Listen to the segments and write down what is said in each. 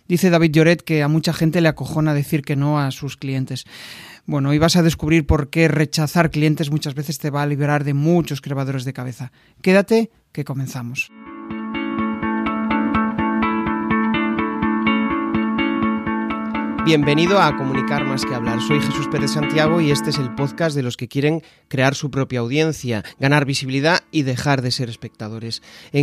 Dice David Lloret que a mucha gente le acojona decir que no a sus clientes. Bueno, hoy vas a descubrir por qué rechazar clientes muchas veces te va a liberar de muchos quebraderos de cabeza. Quédate, que comenzamos. Bienvenido a Comunicar más que hablar. Soy Jesús Pérez Santiago y este es el podcast de los que quieren crear su propia audiencia, ganar visibilidad y dejar de ser espectadores. En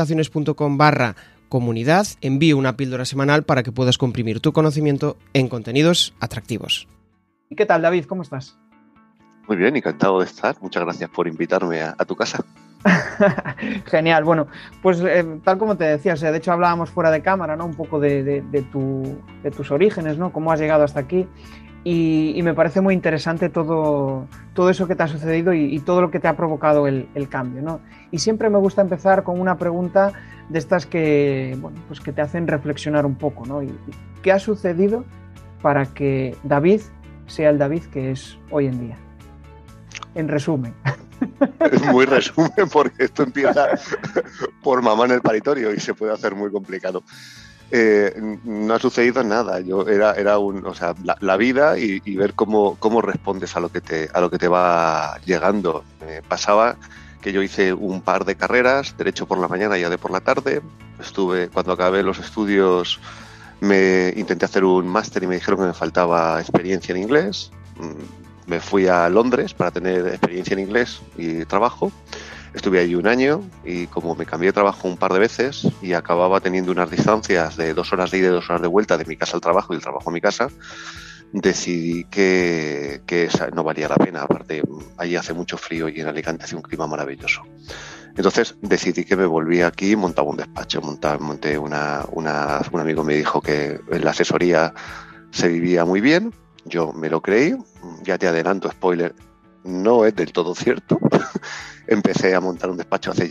crearpresentaciones.com/comunidad envío una píldora semanal para que puedas comprimir tu conocimiento en contenidos atractivos. ¿Y qué tal, David? ¿Cómo estás? Muy bien, encantado de estar. Muchas gracias por invitarme a tu casa. Genial. Bueno, pues tal como te decía, de hecho hablábamos fuera de cámara, ¿no? Un poco de tus orígenes, ¿no? Cómo has llegado hasta aquí. Y me parece muy interesante todo eso que te ha sucedido y todo lo que te ha provocado el cambio, ¿no? Y siempre me gusta empezar con una pregunta de estas que, bueno, pues que te hacen reflexionar un poco, ¿no? ¿Qué ha sucedido para que David sea el David que es hoy en día? En resumen. Es muy resumen porque esto empieza por mamá en el paritorio y se puede hacer muy complicado. No ha sucedido nada. Yo era la vida y ver cómo respondes a lo que te va llegando. Me pasaba que yo hice un par de carreras, derecho por la mañana y AD por la tarde. Cuando acabé los estudios, me intenté hacer un máster y me dijeron que me faltaba experiencia en inglés. Me fui a Londres para tener experiencia en inglés y trabajo. Estuve allí un año y como me cambié de trabajo un par de veces y acababa teniendo unas distancias de 2 horas de ida y 2 horas de vuelta de mi casa al trabajo y del trabajo a mi casa, decidí que no valía la pena. Aparte, allí hace mucho frío y en Alicante hace un clima maravilloso. Entonces decidí que me volví aquí y montaba un despacho. Monté un amigo me dijo que en la asesoría se vivía muy bien. Yo me lo creí, ya te adelanto, spoiler, no es del todo cierto. Empecé a montar un despacho hace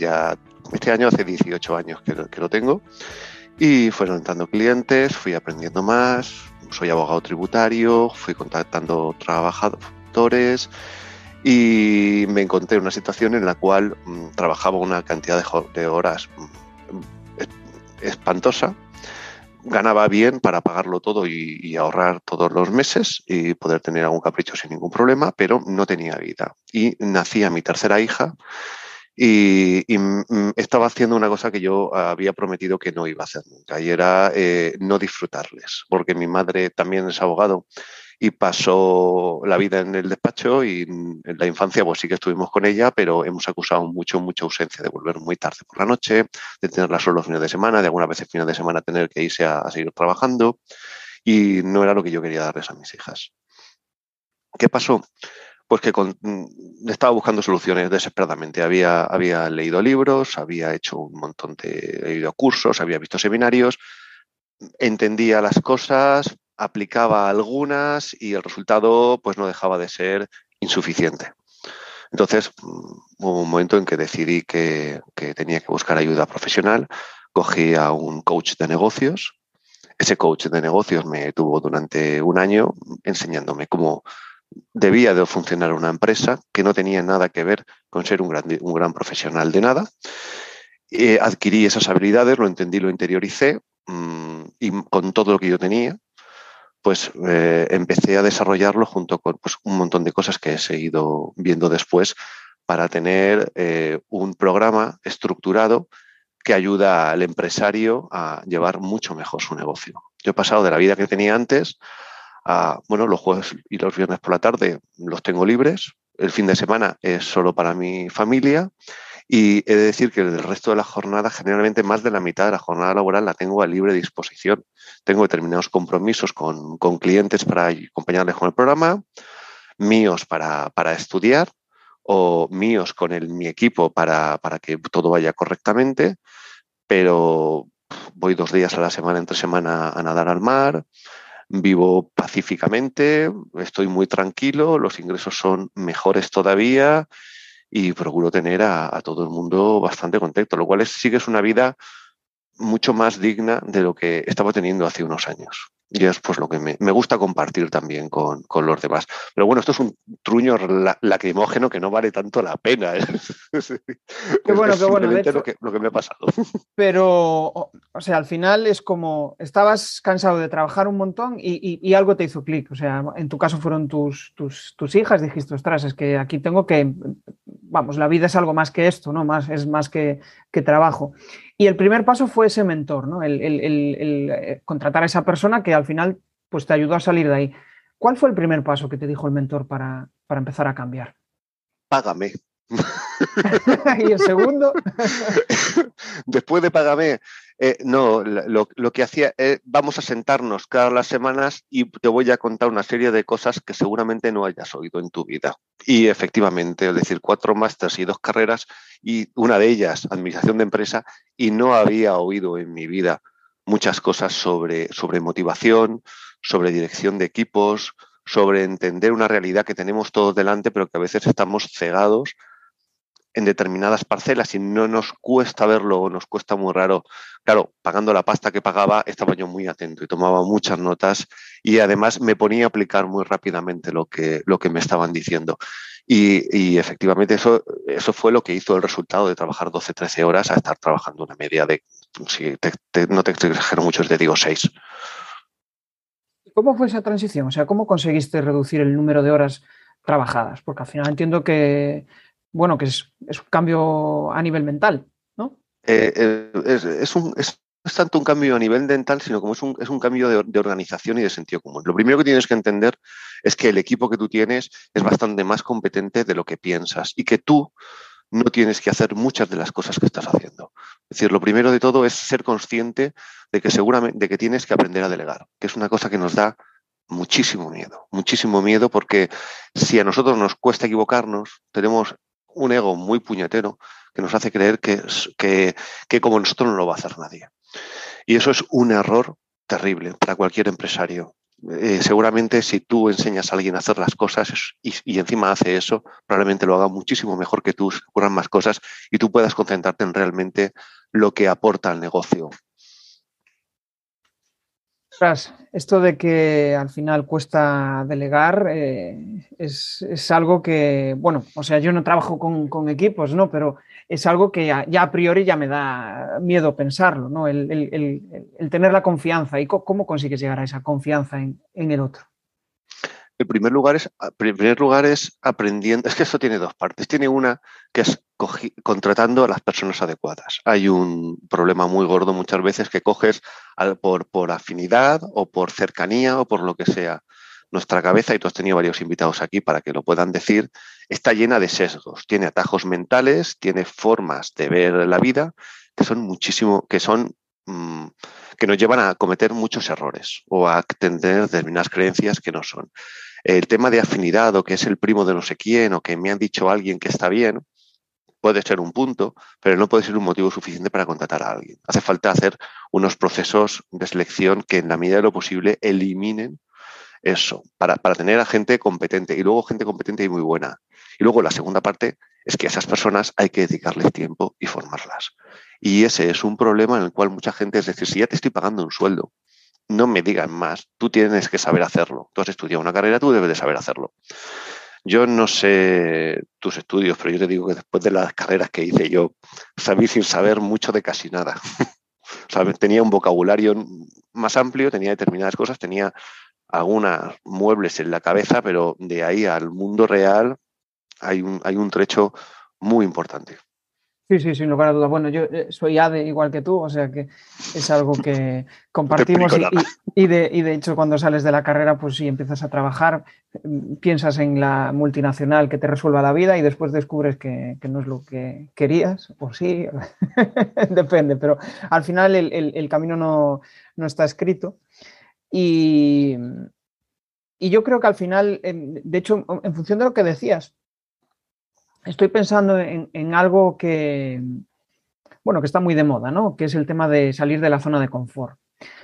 18 años que lo tengo y fueron entrando clientes, fui aprendiendo más, soy abogado tributario, fui contactando trabajadores y me encontré en una situación en la cual trabajaba una cantidad de horas espantosa. Ganaba bien para pagarlo todo y ahorrar todos los meses y poder tener algún capricho sin ningún problema, pero no tenía vida. Y nacía mi tercera hija y estaba haciendo una cosa que yo había prometido que no iba a hacer nunca y era no disfrutarles, porque mi madre también es abogado y pasó la vida en el despacho y en la infancia pues sí que estuvimos con ella, pero hemos acusado mucha ausencia, de volver muy tarde por la noche, de tenerla solo los fines de semana, de algunas veces fines de semana tener que irse a seguir trabajando y no era lo que yo quería darles a mis hijas. ¿Qué pasó? Pues que estaba buscando soluciones desesperadamente. Había leído libros, había hecho he ido a cursos, había visto seminarios, entendía las cosas, aplicaba algunas y el resultado pues no dejaba de ser insuficiente. Entonces hubo un momento en que decidí que tenía que buscar ayuda profesional. Cogí a un coach de negocios. Ese coach de negocios me tuvo durante un año enseñándome cómo debía de funcionar una empresa, que no tenía nada que ver con ser un gran profesional de nada. Adquirí esas habilidades, lo entendí, lo interioricé y con todo lo que yo tenía, pues empecé a desarrollarlo junto con pues, un montón de cosas que he seguido viendo después para tener un programa estructurado que ayuda al empresario a llevar mucho mejor su negocio. Yo he pasado de la vida que tenía antes a, los jueves y los viernes por la tarde los tengo libres, el fin de semana es solo para mi familia y he de decir que el resto de la jornada, generalmente más de la mitad de la jornada laboral la tengo a libre disposición. Tengo determinados compromisos con clientes para acompañarles con el programa, míos para estudiar o míos con mi equipo para que todo vaya correctamente, pero voy 2 días a la semana, entre semana, a nadar al mar, vivo pacíficamente, estoy muy tranquilo, los ingresos son mejores todavía y procuro tener a todo el mundo bastante contento, lo cual sí que es una vida mucho más digna de lo que estaba teniendo hace unos años. Y es pues lo que me gusta compartir también con los demás. Pero bueno, esto es un truño lacrimógeno que no vale tanto la pena. Es Qué bueno, de simplemente hecho, lo que me ha pasado. pero, o sea, al final es como, estabas cansado de trabajar un montón y algo te hizo clic. O sea, en tu caso fueron tus hijas, dijiste, ostras, es que aquí tengo que, vamos, la vida es algo más que esto, ¿no? Más, es más que trabajo. Y el primer paso fue ese mentor, ¿no? El contratar a esa persona que al final, pues te ayudó a salir de ahí. ¿Cuál fue el primer paso que te dijo el mentor para empezar a cambiar? Págame. Y el segundo, Después de Págame, no, lo que hacía es, vamos a sentarnos cada las semanas y te voy a contar una serie de cosas que seguramente no hayas oído en tu vida. Y efectivamente, es decir, 4 másters y 2 carreras, y una de ellas, administración de empresa, y no había oído en mi vida muchas cosas sobre motivación, sobre dirección de equipos, sobre entender una realidad que tenemos todos delante, pero que a veces estamos cegados en determinadas parcelas y no nos cuesta verlo o nos cuesta muy raro. Claro, pagando la pasta que pagaba, estaba yo muy atento y tomaba muchas notas y además me ponía a aplicar muy rápidamente lo que me estaban diciendo. Y efectivamente eso fue lo que hizo el resultado de trabajar 12, 13 horas a estar trabajando una media de, si no te exagero mucho, te digo 6. ¿cómo fue esa transición? O sea, ¿cómo conseguiste reducir el número de horas trabajadas? Porque al final entiendo que, bueno, que es un cambio a nivel mental, ¿no? Es tanto un cambio a nivel dental, sino como es un cambio de organización y de sentido común. Lo primero que tienes que entender es que el equipo que tú tienes es bastante más competente de lo que piensas y que tú no tienes que hacer muchas de las cosas que estás haciendo. Es decir, lo primero de todo es ser consciente de que seguramente de que tienes que aprender a delegar, que es una cosa que nos da muchísimo miedo, porque si a nosotros nos cuesta equivocarnos, tenemos un ego muy puñetero que nos hace creer que como nosotros no lo va a hacer nadie. Y eso es un error terrible para cualquier empresario. Seguramente si tú enseñas a alguien a hacer las cosas y encima hace eso, probablemente lo haga muchísimo mejor que tú, se ocurran más cosas y tú puedas concentrarte en realmente lo que aporta al negocio. Ostras, esto de que al final cuesta delegar es algo que, bueno, o sea, yo no trabajo con equipos, ¿no? Pero es algo que ya a priori ya me da miedo pensarlo, ¿no? El tener la confianza y cómo consigues llegar a esa confianza en el otro. Primer lugar es aprendiendo. Es que esto tiene dos partes. Tiene una que es contratando a las personas adecuadas. Hay un problema muy gordo muchas veces que coges por afinidad o por cercanía o por lo que sea. Nuestra cabeza, y tú has tenido varios invitados aquí para que lo puedan decir, está llena de sesgos. Tiene atajos mentales, tiene formas de ver la vida que son muchísimo, mm, que nos llevan a cometer muchos errores o a tener determinadas creencias que no son. El tema de afinidad o que es el primo de no sé quién o que me han dicho a alguien que está bien, puede ser un punto, pero no puede ser un motivo suficiente para contratar a alguien. Hace falta hacer unos procesos de selección que en la medida de lo posible eliminen eso, para tener a gente competente y luego gente competente y muy buena. Y luego la segunda parte es que a esas personas hay que dedicarles tiempo y formarlas. Y ese es un problema en el cual mucha gente, es decir, si ya te estoy pagando un sueldo, no me digan más, tú tienes que saber hacerlo. Tú has estudiado una carrera, tú debes de saber hacerlo. Yo no sé tus estudios, pero yo te digo que después de las carreras que hice yo, sabí sin saber mucho de casi nada. ¿Sabes? Tenía un vocabulario más amplio, tenía determinadas cosas, tenía algunos muebles en la cabeza, pero de ahí al mundo real hay un trecho muy importante. Sí, sí, sin lugar a duda. Bueno, yo soy ADE igual que tú, o sea que es algo que No te compartimos explico nada. y de hecho cuando sales de la carrera, pues sí, empiezas a trabajar, piensas en la multinacional que te resuelva la vida y después descubres que no es lo que querías, o sí, depende, pero al final el camino no está escrito y, y yo creo que al final, de hecho, en función de lo que decías, estoy pensando en algo que bueno, que está muy de moda, ¿no? Que es el tema de salir de la zona de confort.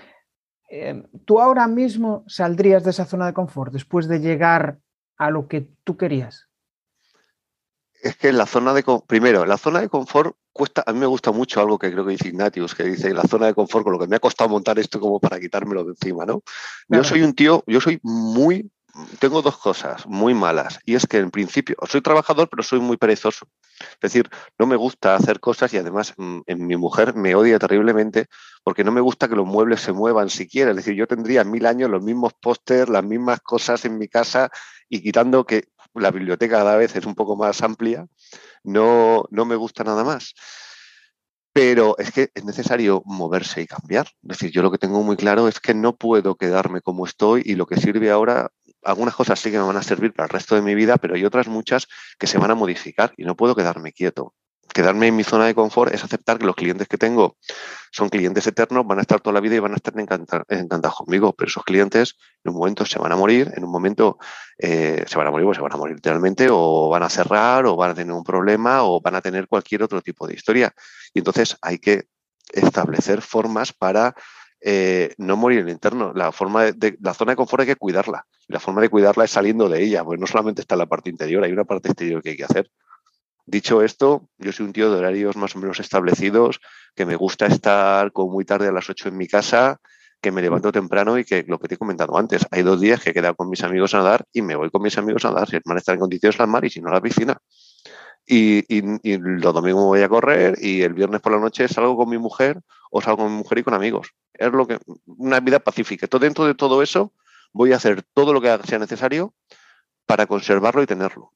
¿Tú ahora mismo saldrías de esa zona de confort después de llegar a lo que tú querías? Es que primero, la zona de confort cuesta, a mí me gusta mucho algo que creo que dice Ignatius, que dice la zona de confort, con lo que me ha costado montar esto como para quitármelo de encima, ¿no? Claro. Tengo dos cosas muy malas, y es que en principio soy trabajador, pero soy muy perezoso. Es decir, no me gusta hacer cosas y además en mi mujer me odia terriblemente porque no me gusta que los muebles se muevan siquiera. Es decir, yo tendría 1000 años los mismos pósters, las mismas cosas en mi casa y quitando que la biblioteca cada vez es un poco más amplia, no me gusta nada más. Pero es que es necesario moverse y cambiar. Es decir, yo lo que tengo muy claro es que no puedo quedarme como estoy y lo que sirve ahora, algunas cosas sí que me van a servir para el resto de mi vida, pero hay otras muchas que se van a modificar y no puedo quedarme quieto. Quedarme en mi zona de confort es aceptar que los clientes que tengo son clientes eternos, van a estar toda la vida y van a estar encantados conmigo, pero esos clientes en un momento se van a morir, en un momento se van a morir, pues se van a morir literalmente, o van a cerrar, o van a tener un problema, o van a tener cualquier otro tipo de historia. Y entonces hay que establecer formas para no morir en el interno. La zona de confort hay que cuidarla. Y la forma de cuidarla es saliendo de ella, porque no solamente está en la parte interior, hay una parte exterior que hay que hacer. Dicho esto, yo soy un tío de horarios más o menos establecidos, que me gusta estar como muy tarde a las 8 en mi casa, que me levanto temprano y que lo que te he comentado antes, hay 2 días que he quedado con mis amigos a nadar y me voy con mis amigos a nadar, si es mal estar en condiciones al mar y si no a la piscina. Y los domingos me voy a correr y el viernes por la noche salgo con mi mujer o salgo con mi mujer y con amigos. Es una vida pacífica. Todo dentro de todo eso voy a hacer todo lo que sea necesario para conservarlo y tenerlo.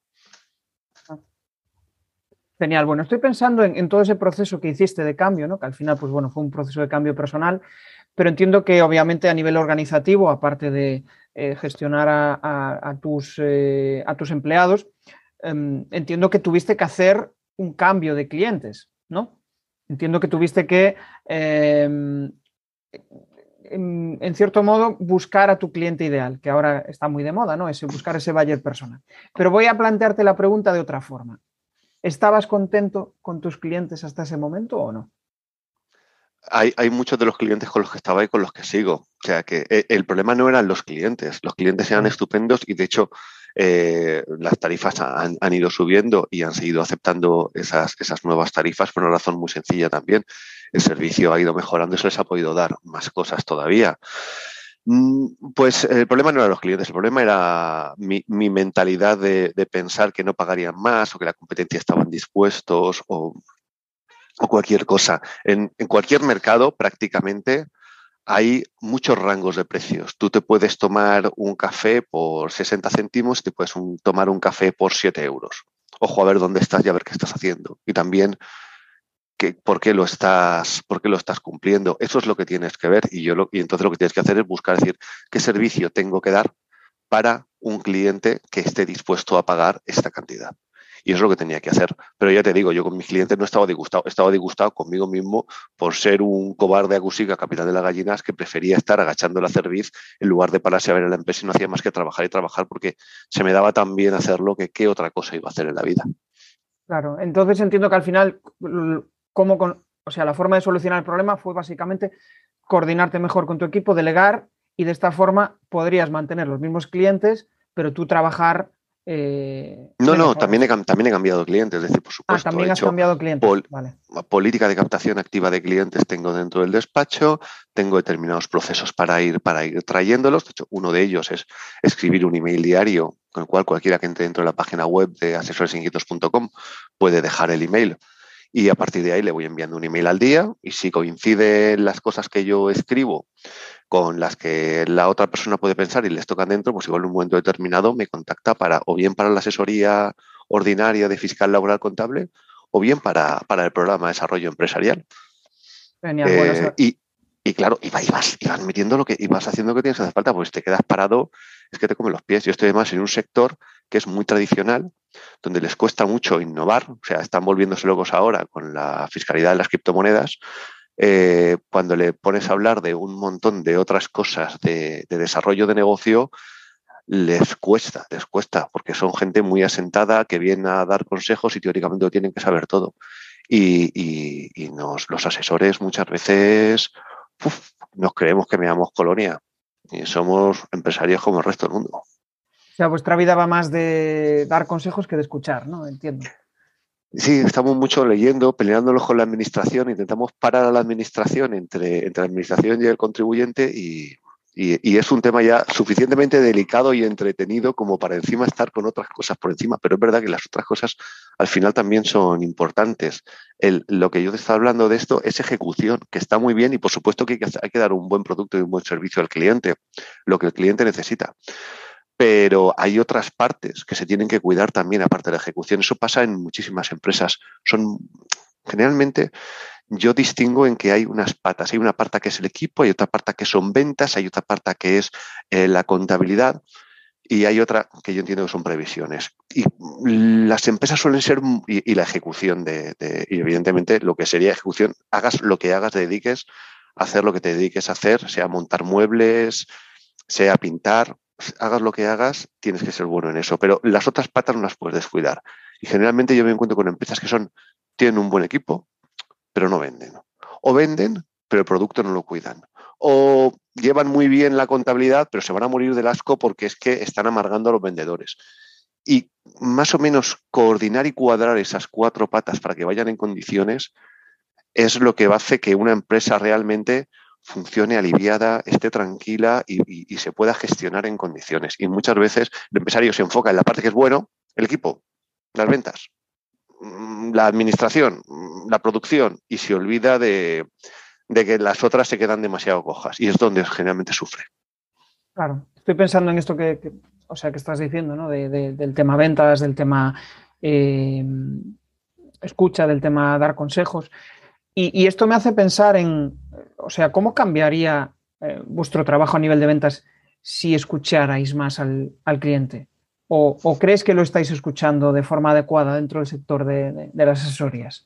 Genial. Bueno, estoy pensando en todo ese proceso que hiciste de cambio, ¿no? Que al final, pues bueno, fue un proceso de cambio personal, pero entiendo que obviamente a nivel organizativo, aparte de gestionar a tus empleados, entiendo que tuviste que hacer un cambio de clientes, ¿no? Entiendo que tuviste que, en cierto modo, buscar a tu cliente ideal, que ahora está muy de moda, ¿no? Buscar ese buyer persona. Pero voy a plantearte la pregunta de otra forma. ¿Estabas contento con tus clientes hasta ese momento o no? Hay muchos de los clientes con los que estaba y con los que sigo. O sea que el problema no eran los clientes eran Vale. estupendos y de hecho las tarifas han ido subiendo y han seguido aceptando esas nuevas tarifas por una razón muy sencilla también. El servicio ha ido mejorando y se les ha podido dar más cosas todavía. Pues el problema no eran los clientes, el problema era mi mentalidad de pensar que no pagarían más o que la competencia estaban dispuestos o cualquier cosa. En cualquier mercado prácticamente hay muchos rangos de precios. Tú te puedes tomar un café por 60 céntimos y te puedes tomar un café por 7 euros. Ojo a ver dónde estás y a ver qué estás haciendo. Y también por qué lo estás cumpliendo. Eso es lo que tienes que ver y entonces lo que tienes que hacer es buscar, decir, qué servicio tengo que dar para un cliente que esté dispuesto a pagar esta cantidad. Y eso es lo que tenía que hacer. Pero ya te digo, yo con mis clientes no estaba disgustado conmigo mismo por ser un cobarde acusica, capitán de las gallinas, que prefería estar agachando la cerviz en lugar de pararse a ver a la empresa y no hacía más que trabajar y trabajar porque se me daba tan bien hacerlo que qué otra cosa iba a hacer en la vida. Claro, entonces entiendo que al final, o sea, la forma de solucionar el problema fue básicamente coordinarte mejor con tu equipo, delegar y de esta forma podrías mantener los mismos clientes, pero tú trabajar No, menos no, horas. también he cambiado de cliente, es decir, por Ah, supuesto, he también has hecho cambiado clientes. pol- Vale. política de captación activa de clientes tengo dentro del despacho, tengo determinados procesos para ir trayéndolos. De hecho, uno de ellos es escribir un email diario con el cual cualquiera que entre dentro de la página web de asesoresinquietos.com puede dejar el email y a partir de ahí le voy enviando un email al día y si coinciden las cosas que yo escribo con las que la otra persona puede pensar y les tocan dentro, pues igual en un momento determinado me contacta o bien para la asesoría ordinaria de fiscal laboral contable o bien para el programa de desarrollo empresarial. Genial. Bueno, Eh, y, y claro, ibas metiendo y vas haciendo lo que tienes que hacer falta, pues te quedas parado, es que te comen los pies. Yo estoy además en un sector que es muy tradicional, donde les cuesta mucho innovar, o sea, están volviéndose locos ahora con la fiscalidad de las criptomonedas, cuando le pones a hablar de un montón de otras cosas de desarrollo de negocio, les cuesta, porque son gente muy asentada que viene a dar consejos y teóricamente lo tienen que saber todo. Los asesores muchas veces nos creemos que meamos colonia y somos empresarios como el resto del mundo. o sea, vuestra vida va más de dar consejos que de escuchar, ¿no? Entiendo. Sí, estamos mucho leyendo, peleándonos con la administración, intentamos parar a la administración entre la administración y el contribuyente y es un tema ya suficientemente delicado y entretenido como para encima estar con otras cosas por encima, pero es verdad que las otras cosas al final también son importantes. Lo que yo te estaba hablando de esto es ejecución, que está muy bien y por supuesto que hay que dar un buen producto y un buen servicio al cliente, lo que el cliente necesita. Pero hay otras partes que se tienen que cuidar también, aparte de la ejecución. Eso pasa en muchísimas empresas. Generalmente, yo distingo en que hay unas patas. Hay una parte que es el equipo, hay otra parte que son ventas, hay otra parte que es la contabilidad y hay otra que yo entiendo que son previsiones. Y las empresas suelen ser, y la ejecución y evidentemente lo que sería ejecución, hagas lo que hagas, te dediques a hacer lo que te dediques a hacer, sea montar muebles, sea pintar, hagas lo que hagas, tienes que ser bueno en eso. Pero las otras patas no las puedes descuidar. Y generalmente yo me encuentro con empresas que tienen un buen equipo, pero no venden. O venden, pero el producto no lo cuidan. O llevan muy bien la contabilidad, pero se van a morir del asco porque es que están amargando a los vendedores. Y más o menos coordinar y cuadrar esas cuatro patas para que vayan en condiciones es lo que hace que una empresa realmente funcione aliviada, esté tranquila y se pueda gestionar en condiciones. Y muchas veces el empresario se enfoca en la parte que es bueno, el equipo, las ventas, la administración, la producción, y se olvida de que las otras se quedan demasiado cojas. Y es donde generalmente sufre. Claro, estoy pensando en esto o sea, que estás diciendo, ¿no? Del tema ventas, del tema eh, escucha, del tema dar consejos. Y esto me hace pensar en, o sea, ¿cómo cambiaría vuestro trabajo a nivel de ventas si escucharais más al cliente? O crees que lo estáis escuchando de forma adecuada dentro del sector de las asesorías?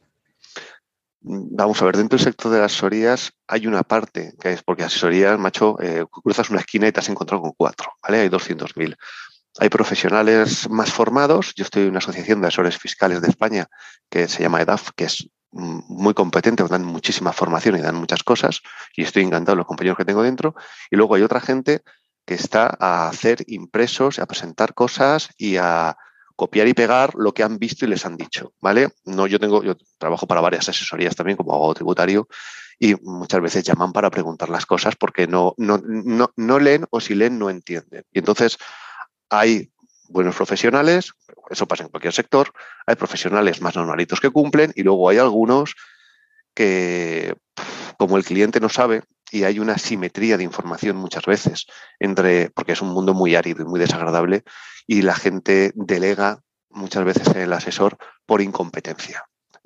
Vamos a ver, dentro del sector de las asesorías hay una parte que es porque asesorías, macho, cruzas una esquina y te has encontrado con cuatro, ¿vale? Hay 200.000. Hay profesionales más formados. Yo estoy en una asociación de asesores fiscales de España que se llama EDAF, que es muy competente, dan muchísima formación y dan muchas cosas y estoy encantado de los compañeros que tengo dentro. Y luego hay otra gente que está a hacer impresos, a presentar cosas y a copiar y pegar lo que han visto y les han dicho, ¿vale? No, yo trabajo para varias asesorías también como abogado tributario y muchas veces llaman para preguntar las cosas porque no leen o si leen no entienden. Y entonces hay buenos profesionales, eso pasa en cualquier sector, hay profesionales más normalitos que cumplen y luego hay algunos que, como el cliente no sabe, y hay una simetría de información muchas veces porque es un mundo muy árido y muy desagradable y la gente delega muchas veces en el asesor por incompetencia,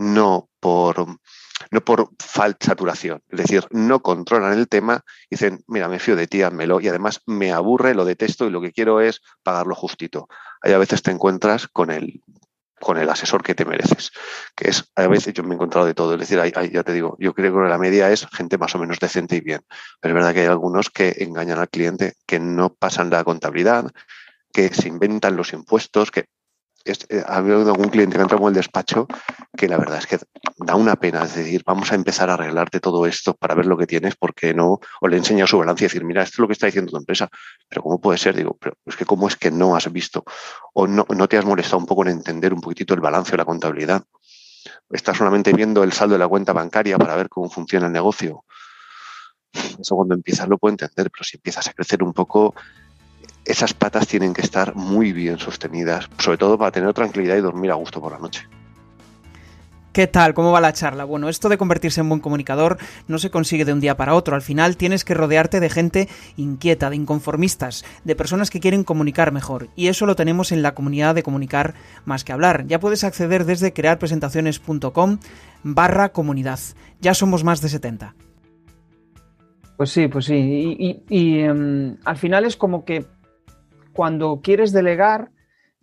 no por falta saturación. Es decir, no controlan el tema y dicen, mira, me fío de ti, házmelo. Y además me aburre, lo detesto y lo que quiero es pagarlo justito. Ahí a veces te encuentras con el asesor que te mereces. Que es, a veces yo me he encontrado de todo. Es decir, ya te digo, yo creo que la media es gente más o menos decente y bien. Pero es verdad que hay algunos que engañan al cliente, que no pasan la contabilidad, que se inventan los impuestos, que ha habido algún cliente que ha entrado en el despacho que la verdad es que da una pena. Es decir, vamos a empezar a arreglarte todo esto para ver lo que tienes, porque no, o le enseña su balance y decir, mira, esto es lo que está diciendo tu empresa, pero ¿cómo puede ser? Digo, pero es que ¿cómo es que no has visto o no te has molestado un poco en entender un poquitito el balance o la contabilidad? Estás solamente viendo el saldo de la cuenta bancaria para ver cómo funciona el negocio. Eso cuando empiezas lo puedo entender, pero si empiezas a crecer un poco, esas patas tienen que estar muy bien sostenidas, sobre todo para tener tranquilidad y dormir a gusto por la noche. ¿Qué tal? ¿Cómo va la charla? Bueno, esto de convertirse en buen comunicador no se consigue de un día para otro. Al final tienes que rodearte de gente inquieta, de inconformistas, de personas que quieren comunicar mejor. Y eso lo tenemos en la comunidad de Comunicar Más que Hablar. Ya puedes acceder desde crearpresentaciones.com/comunidad. Ya somos más de 70. Pues sí, pues sí. Al final es como que cuando quieres delegar,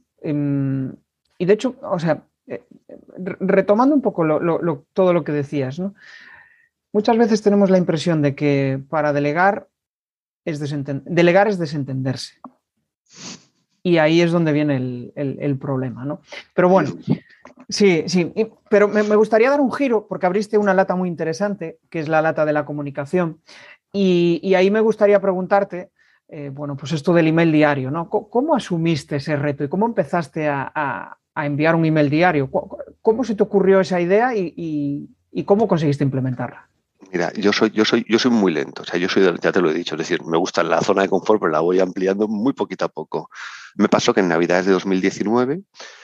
y de hecho, o sea, retomando un poco todo lo que decías, ¿no? Muchas veces tenemos la impresión de que para delegar delegar es desentenderse. Y ahí es donde viene el problema, ¿no? Pero bueno, sí, pero me gustaría dar un giro porque abriste una lata muy interesante, que es la lata de la comunicación. Y ahí me gustaría preguntarte, bueno, pues esto del email diario, ¿no? ¿Cómo asumiste ese reto y cómo empezaste a a enviar un email diario. ¿Cómo se te ocurrió esa idea y cómo conseguiste implementarla? Mira, yo soy muy lento, o sea, ya te lo he dicho, es decir, me gusta la zona de confort, pero la voy ampliando muy poquito a poco. Me pasó que en Navidades de 2019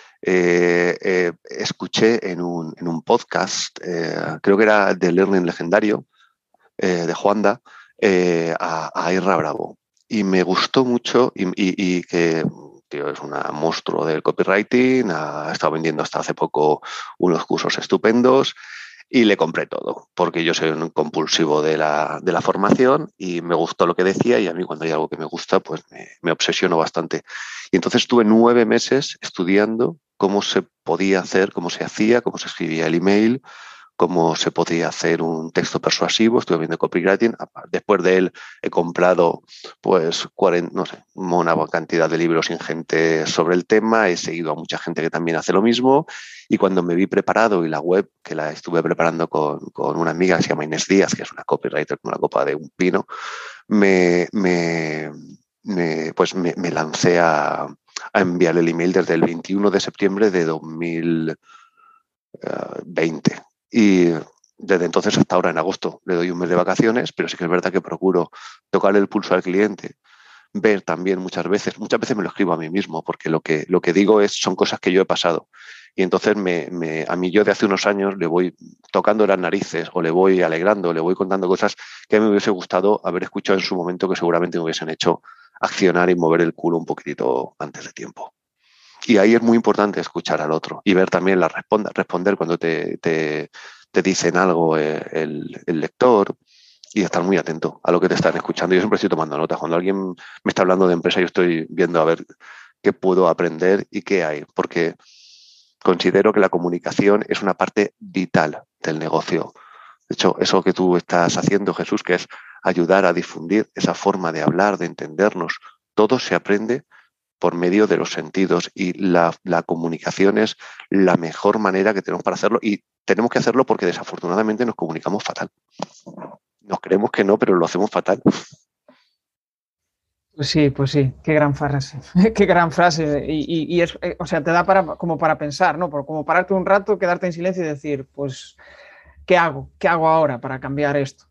escuché en un podcast, creo que era de Learning Legendario, de Juanda, a Irra Bravo. Y me gustó mucho y que tío, es un monstruo del copywriting, ha estado vendiendo hasta hace poco unos cursos estupendos y le compré todo, porque yo soy un compulsivo de la formación y me gustó lo que decía y a mí cuando hay algo que me gusta, pues me obsesiono bastante. Y entonces estuve 9 meses estudiando cómo se podía hacer, cómo se hacía, cómo se escribía el email, cómo se podía hacer un texto persuasivo, estuve viendo copywriting, después de él he comprado pues 40, no sé, una cantidad de libros ingentes sobre el tema, he seguido a mucha gente que también hace lo mismo y cuando me vi preparado y la web, que la estuve preparando con una amiga que se llama Inés Díaz, que es una copywriter con la copa de un pino, me lancé a enviar el email desde el 21 de septiembre de 2020. Y desde entonces hasta ahora, en agosto, le doy un mes de vacaciones, pero sí que es verdad que procuro tocarle el pulso al cliente, ver también muchas veces me lo escribo a mí mismo, porque lo que digo son cosas que yo he pasado. Y entonces a mí yo de hace unos años le voy tocando las narices o le voy alegrando, le voy contando cosas que a mí me hubiese gustado haber escuchado en su momento que seguramente me hubiesen hecho accionar y mover el culo un poquitito antes de tiempo. Y ahí es muy importante escuchar al otro y ver también responder cuando te dicen algo el lector y estar muy atento a lo que te están escuchando. Yo siempre estoy tomando notas. Cuando alguien me está hablando de empresa, yo estoy viendo a ver qué puedo aprender y qué hay, porque considero que la comunicación es una parte vital del negocio. De hecho, eso que tú estás haciendo, Jesús, que es ayudar a difundir esa forma de hablar, de entendernos, todo se aprende por medio de los sentidos y la comunicación es la mejor manera que tenemos para hacerlo y tenemos que hacerlo porque desafortunadamente nos comunicamos fatal. Nos creemos que no, pero lo hacemos fatal. Pues sí, qué gran frase, qué gran frase. Y es, o sea, te da como para pensar, ¿no? Como pararte un rato, quedarte en silencio y decir, pues, ¿qué hago? ¿Qué hago ahora para cambiar esto?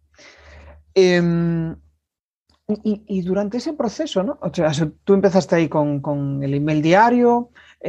Y durante ese proceso, ¿no? O sea, tú empezaste ahí con el email diario.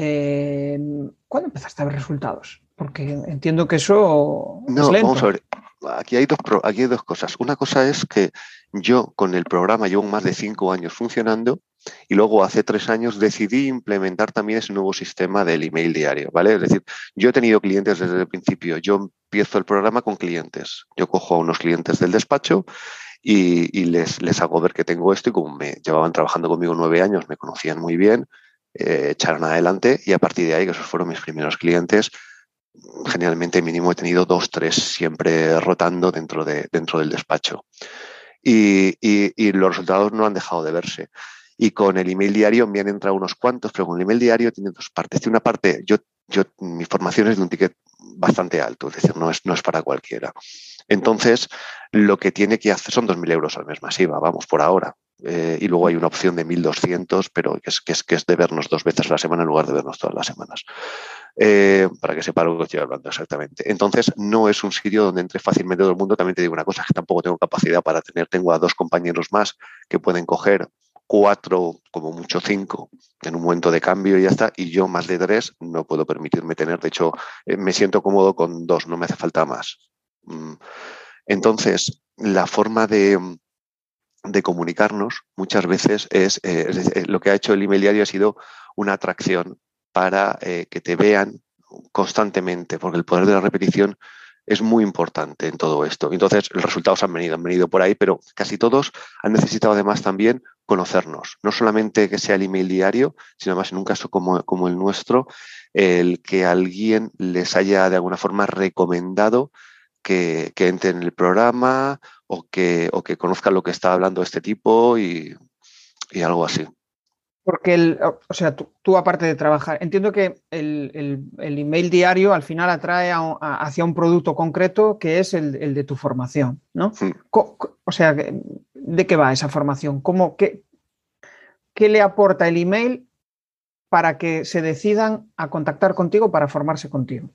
¿Cuándo empezaste a ver resultados? Porque entiendo que eso es No, vamos lento. a ver. Aquí hay dos cosas. Una cosa es que yo con el programa llevo más de 5 años funcionando y luego hace 3 años decidí implementar también ese nuevo sistema del email diario, ¿vale? Es decir, yo he tenido clientes desde el principio. Yo empiezo el programa con clientes. Yo cojo a unos clientes del despacho y les hago ver que tengo esto y como me llevaban trabajando conmigo 9 años, me conocían muy bien, echaron adelante y a partir de ahí, que esos fueron mis primeros clientes, generalmente mínimo he tenido 2, 3 siempre rotando dentro del despacho. Y los resultados no han dejado de verse. Y con el email diario me han entrado unos cuantos, pero con el email diario tiene dos partes. Tiene una parte, mi formación es de un ticket bastante alto, es decir, no es para cualquiera. Entonces, lo que tiene que hacer son 2.000 euros al mes masiva, vamos, por ahora. Y luego hay una opción de 1.200, pero que es de vernos 2 veces a la semana en lugar de vernos todas las semanas. Para que sepa lo que estoy hablando exactamente. Entonces, no es un sitio donde entre fácilmente todo el mundo. También te digo una cosa, que tampoco tengo capacidad para tengo a 2 compañeros más que pueden coger 4, como mucho 5, en un momento de cambio y ya está, y yo más de 3 no puedo permitirme tener. De hecho, me siento cómodo con 2, no me hace falta más. Entonces, la forma de comunicarnos muchas veces es lo que ha hecho el email diario ha sido una atracción para que te vean constantemente, porque el poder de la repetición es muy importante en todo esto. Entonces, los resultados han venido por ahí, pero casi todos han necesitado además también conocernos. No solamente que sea el email diario, sino además en un caso como el nuestro, el que alguien les haya de alguna forma recomendado que entren en el programa o que conozcan lo que está hablando este tipo y algo así. Porque, o sea, tú aparte de trabajar, entiendo que el email diario al final atrae hacia un producto concreto que es el de tu formación, ¿no? O sea, ¿de qué va esa formación? ¿Qué le aporta el email para que se decidan a contactar contigo para formarse contigo?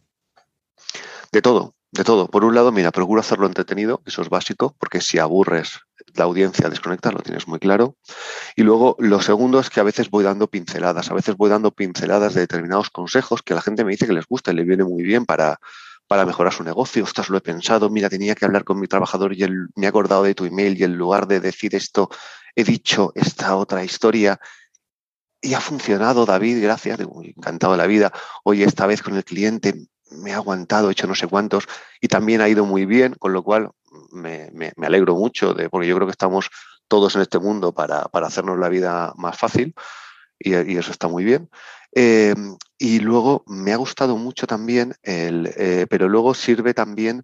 De todo, de todo. Por un lado, mira, procuro hacerlo entretenido, eso es básico, porque si aburres la audiencia, desconectas, lo tienes muy claro. Y luego, lo segundo es que a veces voy dando pinceladas, de determinados consejos que la gente me dice que les gusta y le viene muy bien para mejorar su negocio. Ostras, lo he pensado, mira, tenía que hablar con mi trabajador y me he acordado de tu email y en lugar de decir esto, he dicho esta otra historia. Y ha funcionado, David, gracias, encantado de la vida. Oye, esta vez con el cliente me ha aguantado, he hecho no sé cuántos y también ha ido muy bien, con lo cual me alegro mucho, porque yo creo que estamos todos en este mundo para hacernos la vida más fácil y eso está muy bien. Y luego me ha gustado mucho también, pero luego sirve también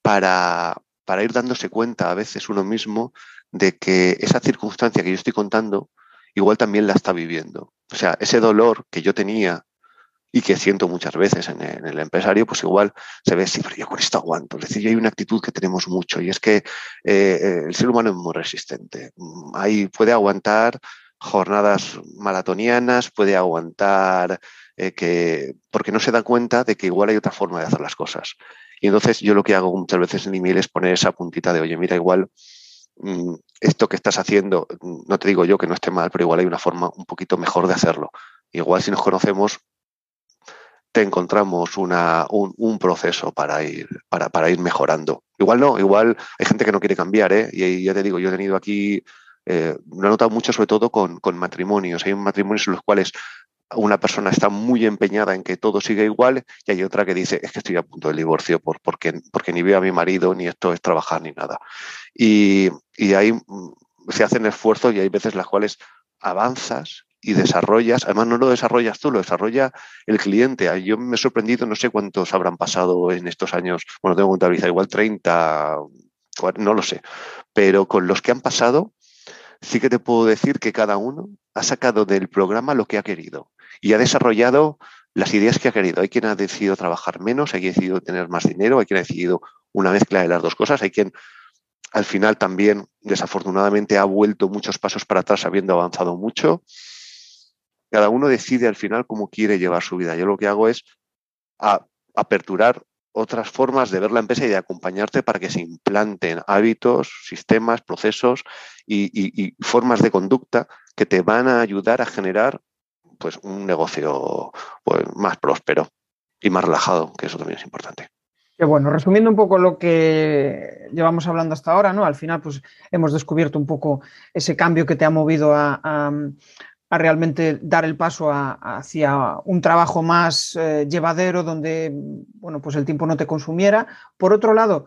para ir dándose cuenta a veces uno mismo de que esa circunstancia que yo estoy contando igual también la está viviendo. O sea, ese dolor que yo tenía y que siento muchas veces en el empresario, igual se ve, sí, pero yo con esto aguanto. Es decir, hay una actitud que tenemos mucho y es que el ser humano es muy resistente. Ahí puede aguantar jornadas maratonianas, puede aguantar porque no se da cuenta de que igual hay otra forma de hacer las cosas. Y entonces yo lo que hago muchas veces en email es poner esa puntita de, oye, mira, igual esto que estás haciendo, no te digo yo que no esté mal, pero igual hay una forma un poquito mejor de hacerlo. Igual si nos conocemos, te encontramos un proceso para ir mejorando. Igual no, igual hay gente que no quiere cambiar, ¿eh? Y ya te digo, yo he tenido aquí, lo he notado mucho sobre todo con matrimonios. Hay matrimonios en los cuales una persona está muy empeñada en que todo siga igual y hay otra que dice, es que estoy a punto del divorcio porque ni veo a mi marido, ni esto es trabajar, ni nada. Y ahí se hacen esfuerzos y hay veces las cuales avanzas y desarrollas, además no lo desarrollas tú, lo desarrolla el cliente. Yo me he sorprendido, no sé cuántos habrán pasado en estos años, bueno, tengo contabilizado igual 30, no lo sé, pero con los que han pasado, sí que te puedo decir que cada uno ha sacado del programa lo que ha querido y ha desarrollado las ideas que ha querido. Hay quien ha decidido trabajar menos, hay quien ha decidido tener más dinero, hay quien ha decidido una mezcla de las dos cosas, hay quien al final también, desafortunadamente, ha vuelto muchos pasos para atrás habiendo avanzado mucho. Cada uno decide al final cómo quiere llevar su vida. Yo lo que hago es aperturar otras formas de ver la empresa y de acompañarte para que se implanten hábitos, sistemas, procesos y formas de conducta que te van a ayudar a generar pues, un negocio pues, más próspero y más relajado, que eso también es importante. Que bueno, resumiendo un poco lo que llevamos hablando hasta ahora, ¿no? Al final, pues hemos descubierto un poco ese cambio que te ha movido a realmente dar el paso hacia un trabajo más llevadero, donde bueno, pues el tiempo no te consumiera. Por otro lado,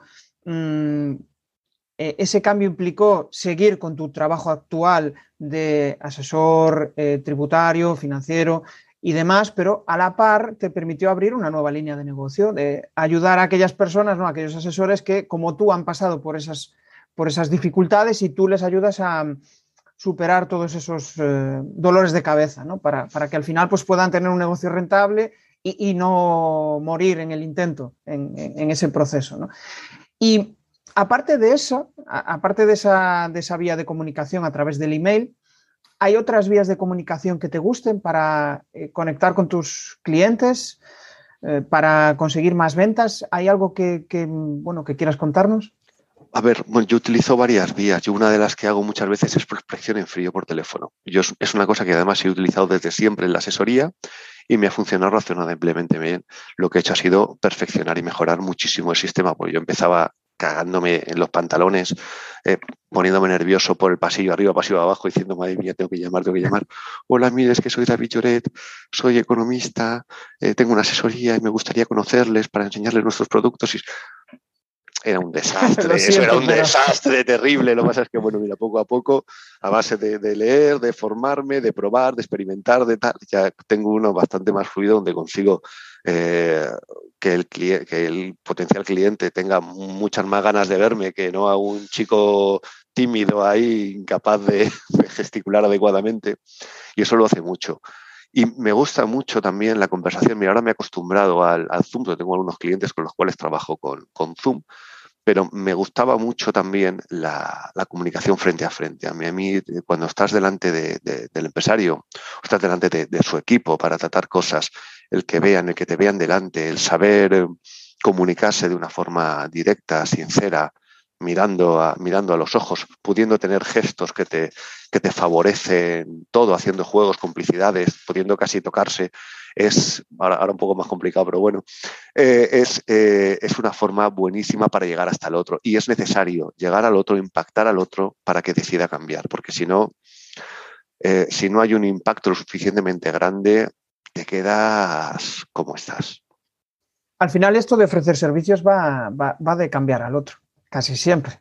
ese cambio implicó seguir con tu trabajo actual de asesor tributario, financiero y demás, pero a la par te permitió abrir una nueva línea de negocio, de ayudar a aquellas personas, ¿no? A aquellos asesores que, como tú, han pasado por esas dificultades y tú les ayudas a superar todos esos dolores de cabeza, ¿no? Para que al final pues, puedan tener un negocio rentable y no morir en el intento, en ese proceso, ¿no? Y aparte de eso, aparte de esa vía de comunicación a través del email, ¿hay otras vías de comunicación que te gusten para conectar con tus clientes, para conseguir más ventas? ¿Hay algo que quieras contarnos? A ver, bueno, yo utilizo varias vías. Yo una de las que hago muchas veces es prospección en frío por teléfono. Es una cosa que además he utilizado desde siempre en la asesoría y me ha funcionado razonablemente bien. Lo que he hecho ha sido perfeccionar y mejorar muchísimo el sistema, porque yo empezaba cagándome en los pantalones, poniéndome nervioso por el pasillo arriba, pasillo abajo, diciendo, madre mía, tengo que llamar. Hola, mire, es que soy David Lloret, soy economista, tengo una asesoría y me gustaría conocerles para enseñarles nuestros productos. Y era un desastre, eso era un desastre terrible. Lo que pasa es que, bueno, mira, poco a poco, a base de leer, de formarme, de probar, de experimentar, de tal, ya tengo uno bastante más fluido donde consigo que el potencial cliente tenga muchas más ganas de verme que no a un chico tímido ahí, incapaz de gesticular adecuadamente. Y eso lo hace mucho. Y me gusta mucho también la conversación. Mira, ahora me he acostumbrado al Zoom, porque tengo algunos clientes con los cuales trabajo con Zoom. pero me gustaba mucho también la comunicación frente a frente. A mí cuando estás delante del empresario, o estás delante de su equipo para tratar cosas, el que te vean delante, el saber comunicarse de una forma directa, sincera, mirando a los ojos, pudiendo tener gestos que te favorecen todo, haciendo juegos, complicidades, pudiendo casi tocarse, es ahora un poco más complicado, pero bueno, es una forma buenísima para llegar hasta el otro. Y es necesario llegar al otro, impactar al otro para que decida cambiar, porque si no hay un impacto lo suficientemente grande, te quedas como estás. Al final esto de ofrecer servicios va de cambiar al otro, casi siempre.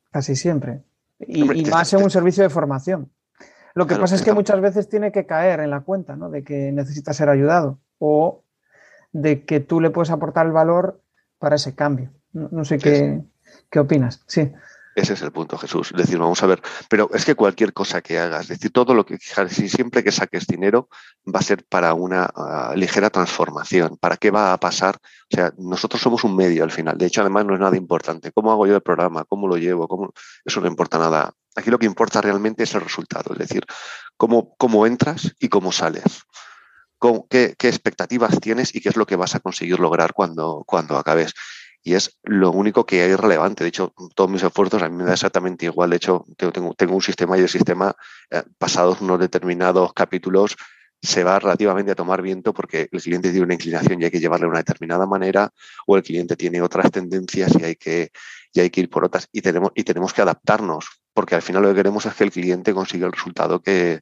Hombre, Y más en un servicio de formación. Lo que claro, pasa es que muchas veces tiene que caer en la cuenta, ¿no? De que necesita ser ayudado o de que tú le puedes aportar el valor para ese cambio. No sé qué opinas. Sí. Ese es el punto, Jesús. Es decir, vamos a ver, pero es que cualquier cosa que hagas, es decir, todo lo que, si siempre que saques dinero va a ser para una ligera transformación. ¿Para qué va a pasar? O sea, nosotros somos un medio al final. De hecho, además no es nada importante. ¿Cómo hago yo el programa? ¿Cómo lo llevo? Eso no importa nada. Aquí lo que importa realmente es el resultado, es decir, cómo entras y cómo sales. ¿Qué expectativas tienes y qué es lo que vas a conseguir lograr cuando acabes? Y es lo único que hay relevante. De hecho, todos mis esfuerzos a mí me da exactamente igual. De hecho, tengo un sistema y el sistema, pasados unos determinados capítulos, se va relativamente a tomar viento porque el cliente tiene una inclinación y hay que llevarle de una determinada manera, o el cliente tiene otras tendencias y hay que ir por otras. Y tenemos que adaptarnos, porque al final lo que queremos es que el cliente consiga el resultado que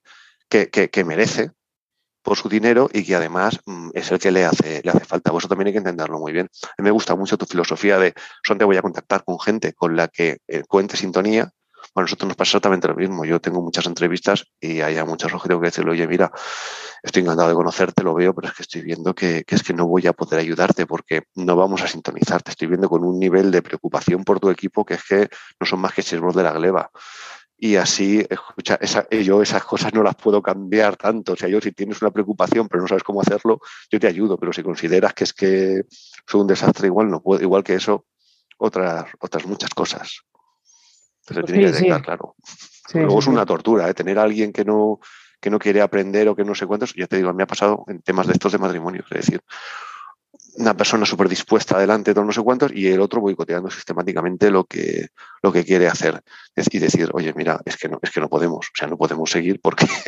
merece por su dinero y que además es el que le hace falta. Eso también hay que entenderlo muy bien. A mí me gusta mucho tu filosofía de te voy a contactar con gente con la que cuente sintonía. Bueno, a nosotros nos pasa exactamente lo mismo. Yo tengo muchas entrevistas y hay muchas veces que tengo que decirle, oye, mira, estoy encantado de conocerte, lo veo, pero es que estoy viendo que es que no voy a poder ayudarte porque no vamos a sintonizar. Te estoy viendo con un nivel de preocupación por tu equipo que es que no son más que siervos de la gleba. Y así, escucha, yo esas cosas no las puedo cambiar tanto. O sea, yo si tienes una preocupación pero no sabes cómo hacerlo, yo te ayudo. Pero si consideras que es que soy un desastre, igual no puedo, igual que eso, otras muchas cosas. Entonces Pues tiene que sí. detectar, claro. Sí, Luego es sí. una tortura, ¿eh? Tener a alguien que no quiere aprender o que no sé cuántos. Ya te digo, me ha pasado en temas de estos de matrimonio. Es decir, una persona súper dispuesta adelante, todos no sé cuántos, y el otro boicoteando sistemáticamente lo que quiere hacer. Y decir, oye, mira, es que no podemos, o sea, no podemos seguir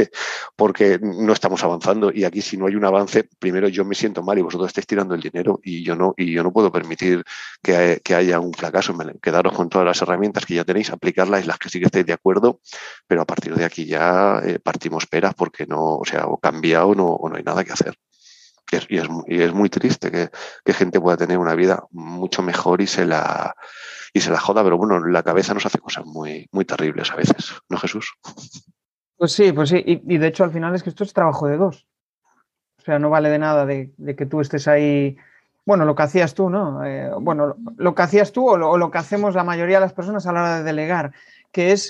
porque no estamos avanzando. Y aquí, si no hay un avance, primero yo me siento mal y vosotros estáis tirando el dinero y yo no puedo permitir que haya un fracaso. Quedaros con todas las herramientas que ya tenéis, aplicarlas y las que sí que estáis de acuerdo, pero a partir de aquí ya partimos peras porque no, o sea, o cambia o no hay nada que hacer. Y es muy triste que gente pueda tener una vida mucho mejor y se la joda, pero bueno, la cabeza nos hace cosas muy, muy terribles a veces, ¿no, Jesús? Pues sí. Y de hecho al final es que esto es trabajo de dos. O sea, no vale de nada de que tú estés ahí. Bueno, lo que hacías tú, ¿no? Bueno, lo que hacías tú o lo que hacemos la mayoría de las personas a la hora de delegar, que es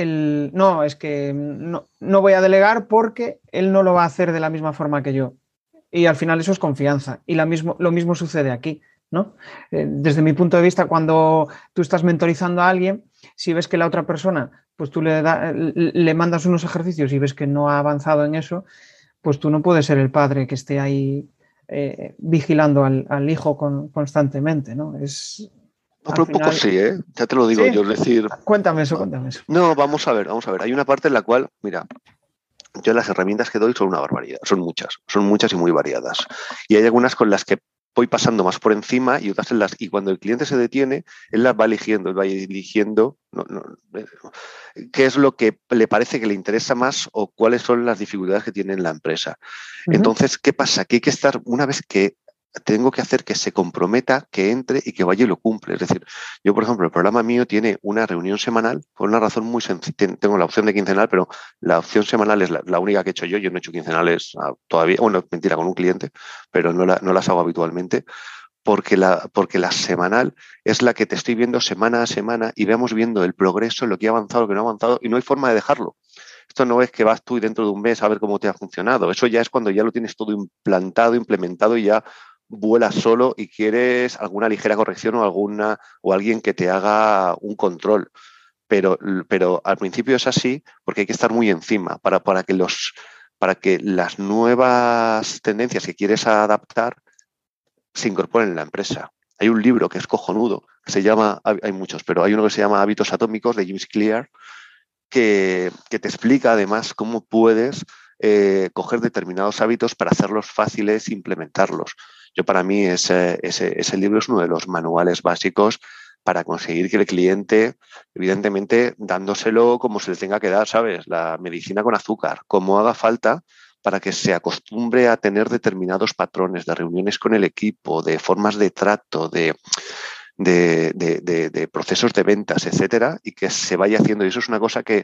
no, es que no voy a delegar porque él no lo va a hacer de la misma forma que yo. Y al final eso es confianza. Y lo mismo sucede aquí, ¿no? Desde mi punto de vista, cuando tú estás mentorizando a alguien, si ves que la otra persona, pues tú le mandas unos ejercicios y ves que no ha avanzado en eso, pues tú no puedes ser el padre que esté ahí vigilando al hijo constantemente, ¿no? No, pero un poco sí, ¿eh? Ya te lo digo ¿Sí? yo, es decir... Cuéntame eso. No, vamos a ver. Hay una parte en la cual, mira, yo las herramientas que doy son una barbaridad, son muchas y muy variadas. Y hay algunas con las que voy pasando más por encima y otras y cuando el cliente se detiene, él las va eligiendo qué es lo que le parece que le interesa más o cuáles son las dificultades que tiene en la empresa. Entonces, ¿qué pasa? Que hay que estar, una vez que tengo que hacer que se comprometa, que entre y que vaya y lo cumple. Es decir, yo, por ejemplo, el programa mío tiene una reunión semanal por una razón muy sencilla. Tengo la opción de quincenal, pero la opción semanal es la única que he hecho yo. Yo no he hecho quincenales todavía. Bueno, mentira, con un cliente, pero no las hago habitualmente. Porque la semanal es la que te estoy viendo semana a semana y vamos viendo el progreso, lo que ha avanzado, lo que no ha avanzado y no hay forma de dejarlo. Esto no es que vas tú y dentro de un mes a ver cómo te ha funcionado. Eso ya es cuando ya lo tienes todo implantado, implementado y ya vuela solo y quieres alguna ligera corrección o alguien que te haga un control. Pero al principio es así porque hay que estar muy encima para que las nuevas tendencias que quieres adaptar se incorporen en la empresa. Hay un libro que es cojonudo, que se llama, hay muchos, pero hay uno que se llama Hábitos Atómicos de James Clear, que te explica además cómo puedes coger determinados hábitos para hacerlos fáciles e implementarlos. Para mí ese libro es uno de los manuales básicos para conseguir que el cliente, evidentemente, dándoselo como se le tenga que dar, ¿sabes? La medicina con azúcar, como haga falta, para que se acostumbre a tener determinados patrones de reuniones con el equipo, de formas de trato, de procesos de ventas, etcétera, y que se vaya haciendo. Y eso es una cosa que,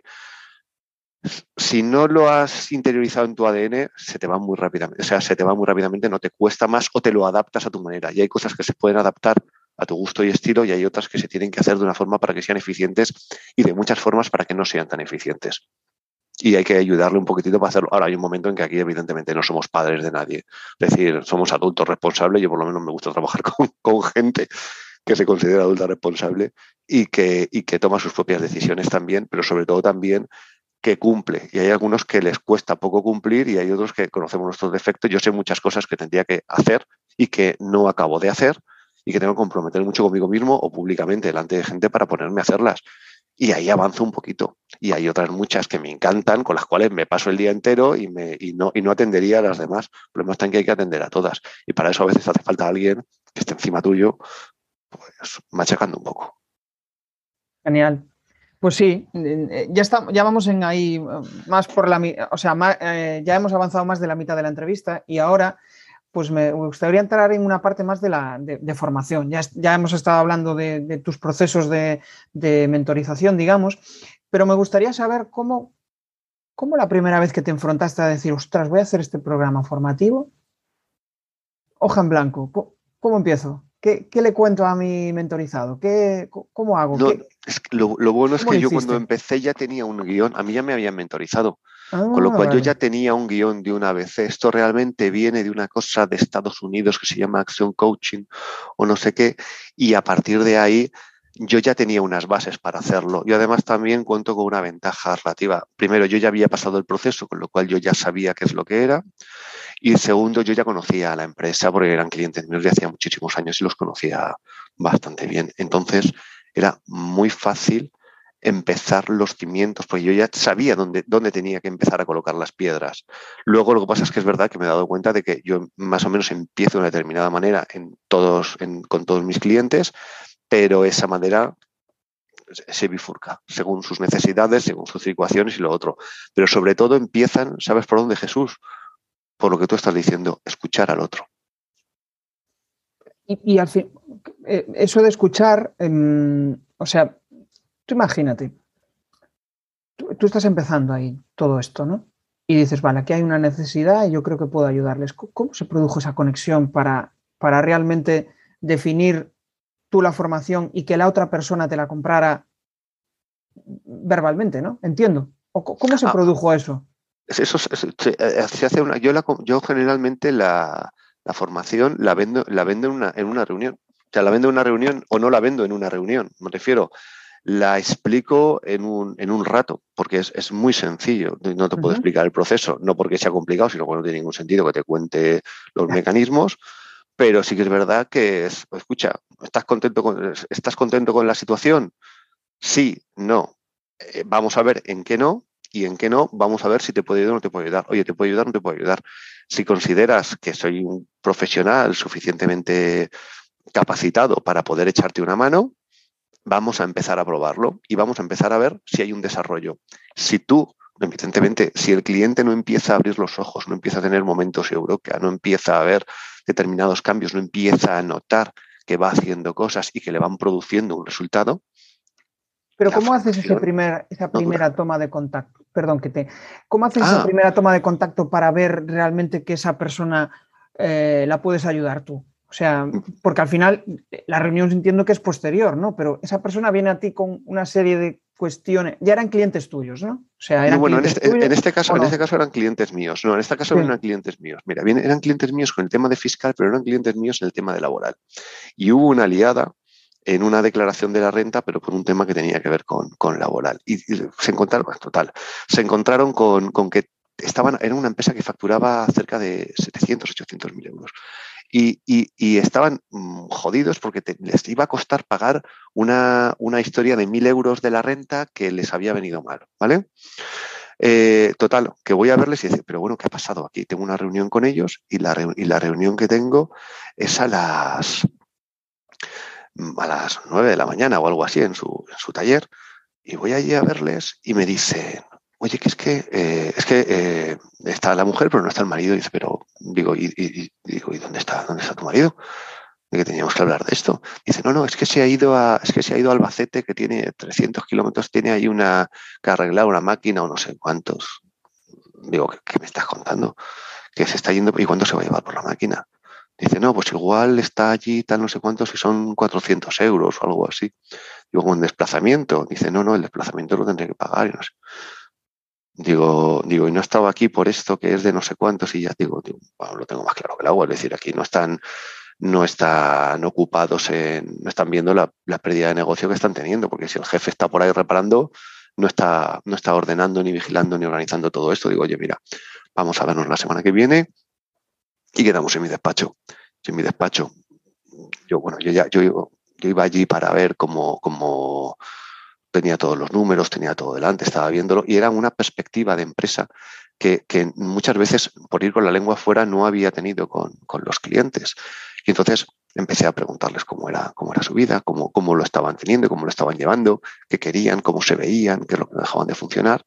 si no lo has interiorizado en tu ADN, se te va muy rápidamente. O sea, se te va muy rápidamente, no te cuesta más o te lo adaptas a tu manera. Y hay cosas que se pueden adaptar a tu gusto y estilo y hay otras que se tienen que hacer de una forma para que sean eficientes y de muchas formas para que no sean tan eficientes. Y hay que ayudarle un poquitito para hacerlo. Ahora, hay un momento en que aquí, evidentemente, no somos padres de nadie. Es decir, somos adultos responsables. Yo, por lo menos, me gusta trabajar con gente que se considera adulta responsable y que toma sus propias decisiones también, pero sobre todo también que cumple. Y hay algunos que les cuesta poco cumplir y hay otros que conocemos nuestros defectos. Yo sé muchas cosas que tendría que hacer y que no acabo de hacer y que tengo que comprometer mucho conmigo mismo o públicamente delante de gente para ponerme a hacerlas. Y ahí avanzo un poquito. Y hay otras muchas que me encantan, con las cuales me paso el día entero y no atendería a las demás. El problema está en que hay que atender a todas. Y para eso a veces hace falta alguien que esté encima tuyo, pues machacando un poco. Genial. Pues sí, ya vamos en ahí más por ya hemos avanzado más de la mitad de la entrevista y ahora pues me gustaría entrar en una parte más de formación. Ya hemos estado hablando de tus procesos de mentorización, digamos, pero me gustaría saber cómo la primera vez que te enfrentaste a decir, ostras, voy a hacer este programa formativo, hoja en blanco, ¿cómo empiezo? ¿Qué le cuento a mi mentorizado? ¿Cómo hago? No, lo bueno es que yo cuando hiciste? empecé ya tenía un guión, a mí ya me habían mentorizado, con lo Ah, cual yo vale. ya tenía un guión de una vez. Esto realmente viene de una cosa de Estados Unidos que se llama Action Coaching o no sé qué, y a partir de ahí yo ya tenía unas bases para hacerlo. Yo además también cuento con una ventaja relativa. Primero, yo ya había pasado el proceso, con lo cual yo ya sabía qué es lo que era. Y segundo, yo ya conocía a la empresa porque eran clientes míos de hacía muchísimos años y los conocía bastante bien. Entonces, era muy fácil empezar los cimientos, porque yo ya sabía dónde tenía que empezar a colocar las piedras. Luego, lo que pasa es que es verdad que me he dado cuenta de que yo más o menos empiezo de una determinada manera con todos mis clientes, pero esa manera se bifurca según sus necesidades, según sus situaciones y lo otro. Pero sobre todo empiezan, ¿sabes por dónde, Jesús? Por lo que tú estás diciendo, escuchar al otro. Y al fin, eso de escuchar, o sea, tú imagínate, tú estás empezando ahí todo esto, ¿no? Y dices, vale, aquí hay una necesidad y yo creo que puedo ayudarles. ¿Cómo se produjo esa conexión para realmente definir tú la formación y que la otra persona te la comprara verbalmente, ¿no? Entiendo. ¿Cómo se produjo eso? Eso se hace yo generalmente la formación la vendo en una reunión. O sea, la vendo en una reunión o no la vendo en una reunión. Me refiero, la explico en un rato, porque es muy sencillo. No te puedo explicar el proceso, no porque sea complicado, sino porque no tiene ningún sentido que te cuente los mecanismos. Pero sí que es verdad que escucha, ¿estás contento con la situación? Sí, no. Vamos a ver en qué no. Y en qué no, vamos a ver si te puedo ayudar o no te puedo ayudar. Oye, ¿te puedo ayudar o no te puedo ayudar? Si consideras que soy un profesional suficientemente capacitado para poder echarte una mano, vamos a empezar a probarlo y vamos a empezar a ver si hay un desarrollo. Si tú, evidentemente, si el cliente no empieza a abrir los ojos, no empieza a tener momentos eureka, no empieza a ver determinados cambios, no empieza a notar que va haciendo cosas y que le van produciendo un resultado. Pero ¿cómo haces esa primera toma de contacto? Perdón, ¿cómo haces esa primera toma de contacto para ver realmente que esa persona la puedes ayudar tú? O sea, porque al final la reunión entiendo que es posterior, ¿no? Pero esa persona viene a ti con una serie cuestiones, ya eran clientes tuyos, ¿no? O sea, eran bueno, clientes tuyos, en este caso no? eran clientes míos. No, en este caso Sí. no eran clientes míos. Mira, bien, eran clientes míos con el tema de fiscal, pero eran clientes míos en el tema de laboral. Y hubo una liada en una declaración de la renta, pero por un tema que tenía que ver con laboral. Y se encontraron, se encontraron con que era una empresa que facturaba cerca de 700, 800 mil euros. Y estaban jodidos porque les iba a costar pagar una historia de 1.000 euros de la renta que les había venido mal, ¿vale? Total, que voy a verles y decir, pero bueno, ¿qué ha pasado aquí? Tengo una reunión con ellos y la reunión que tengo es a las 9 de la mañana o algo así en su taller, y voy allí a verles y me dicen, oye, que está la mujer, pero no está el marido. Y dice, pero digo, ¿y dónde está tu marido? De que teníamos que hablar de esto. Dice, no, es que se ha ido a Albacete, que tiene 300 kilómetros, tiene ahí que arreglar una máquina o no sé cuántos. Digo, ¿qué me estás contando? Que se está yendo, ¿y cuánto se va a llevar por la máquina? Dice, no, pues igual está allí tal no sé cuántos y son 400 euros o algo así. Digo, ¿con desplazamiento? Dice, no, el desplazamiento lo tendré que pagar y no sé. Digo, y no estaba aquí por esto que es de no sé cuántos, y ya digo, bueno, lo tengo más claro que el agua. Es decir, aquí no están ocupados no están viendo la pérdida de negocio que están teniendo, porque si el jefe está por ahí reparando, no está ordenando, ni vigilando, ni organizando todo esto. Digo, oye, mira, vamos a vernos la semana que viene y quedamos en mi despacho. En mi despacho, yo iba allí para ver cómo tenía todos los números, tenía todo delante, estaba viéndolo, y era una perspectiva de empresa que muchas veces, por ir con la lengua fuera, no había tenido con los clientes. Y entonces empecé a preguntarles cómo era su vida, cómo lo estaban teniendo, cómo lo estaban llevando, qué querían, cómo se veían, qué es lo que dejaban de funcionar.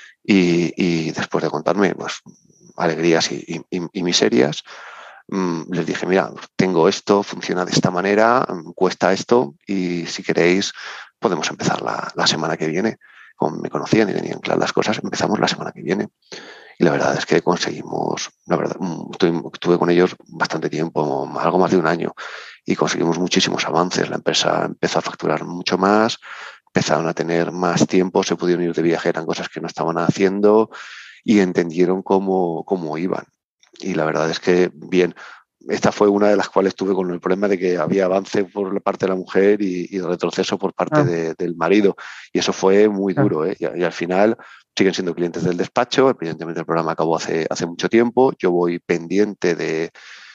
Y después de contarme pues, alegrías y miserias, les dije, mira, tengo esto, funciona de esta manera, cuesta esto, y si queréis podemos empezar la semana que viene. Como me conocían y tenían claras las cosas, empezamos la semana que viene. Y la verdad es que conseguimos, la verdad, estuve con ellos bastante tiempo, algo más de un año, y conseguimos muchísimos avances. La empresa empezó a facturar mucho más, empezaron a tener más tiempo, se pudieron ir de viaje, eran cosas que no estaban haciendo, y entendieron cómo iban. Y la verdad es que, bien, esta fue una de las cuales tuve con el problema de que había avance por la parte de la mujer y retroceso por parte del marido. Y eso fue muy duro, ¿eh? Y al final siguen siendo clientes del despacho. Evidentemente el programa acabó hace mucho tiempo. Yo voy pendiente de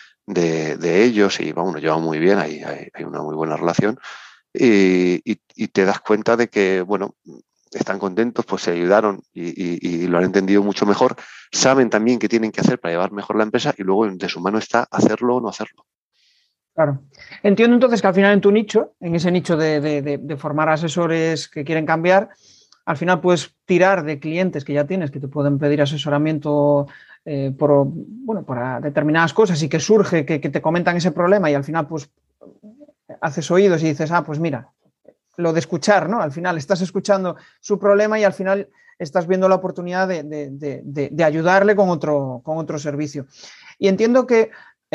ellos y vamos, nos llevamos muy bien, hay una muy buena relación. Y te das cuenta de que, bueno, están contentos, pues se ayudaron y lo han entendido mucho mejor. Saben también qué tienen que hacer para llevar mejor la empresa y luego de su mano está hacerlo o no hacerlo. Claro. Entiendo entonces que al final en tu nicho, en ese nicho de formar asesores que quieren cambiar, al final puedes tirar de clientes que ya tienes, que te pueden pedir asesoramiento por determinadas cosas y que surge, que te comentan ese problema y al final pues haces oídos y dices, pues mira, lo de escuchar, ¿no? Al final estás escuchando su problema y al final estás viendo la oportunidad de ayudarle con otro servicio. Y entiendo que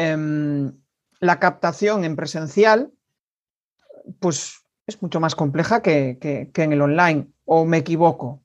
la captación en presencial, pues es mucho más compleja que en el online, o me equivoco.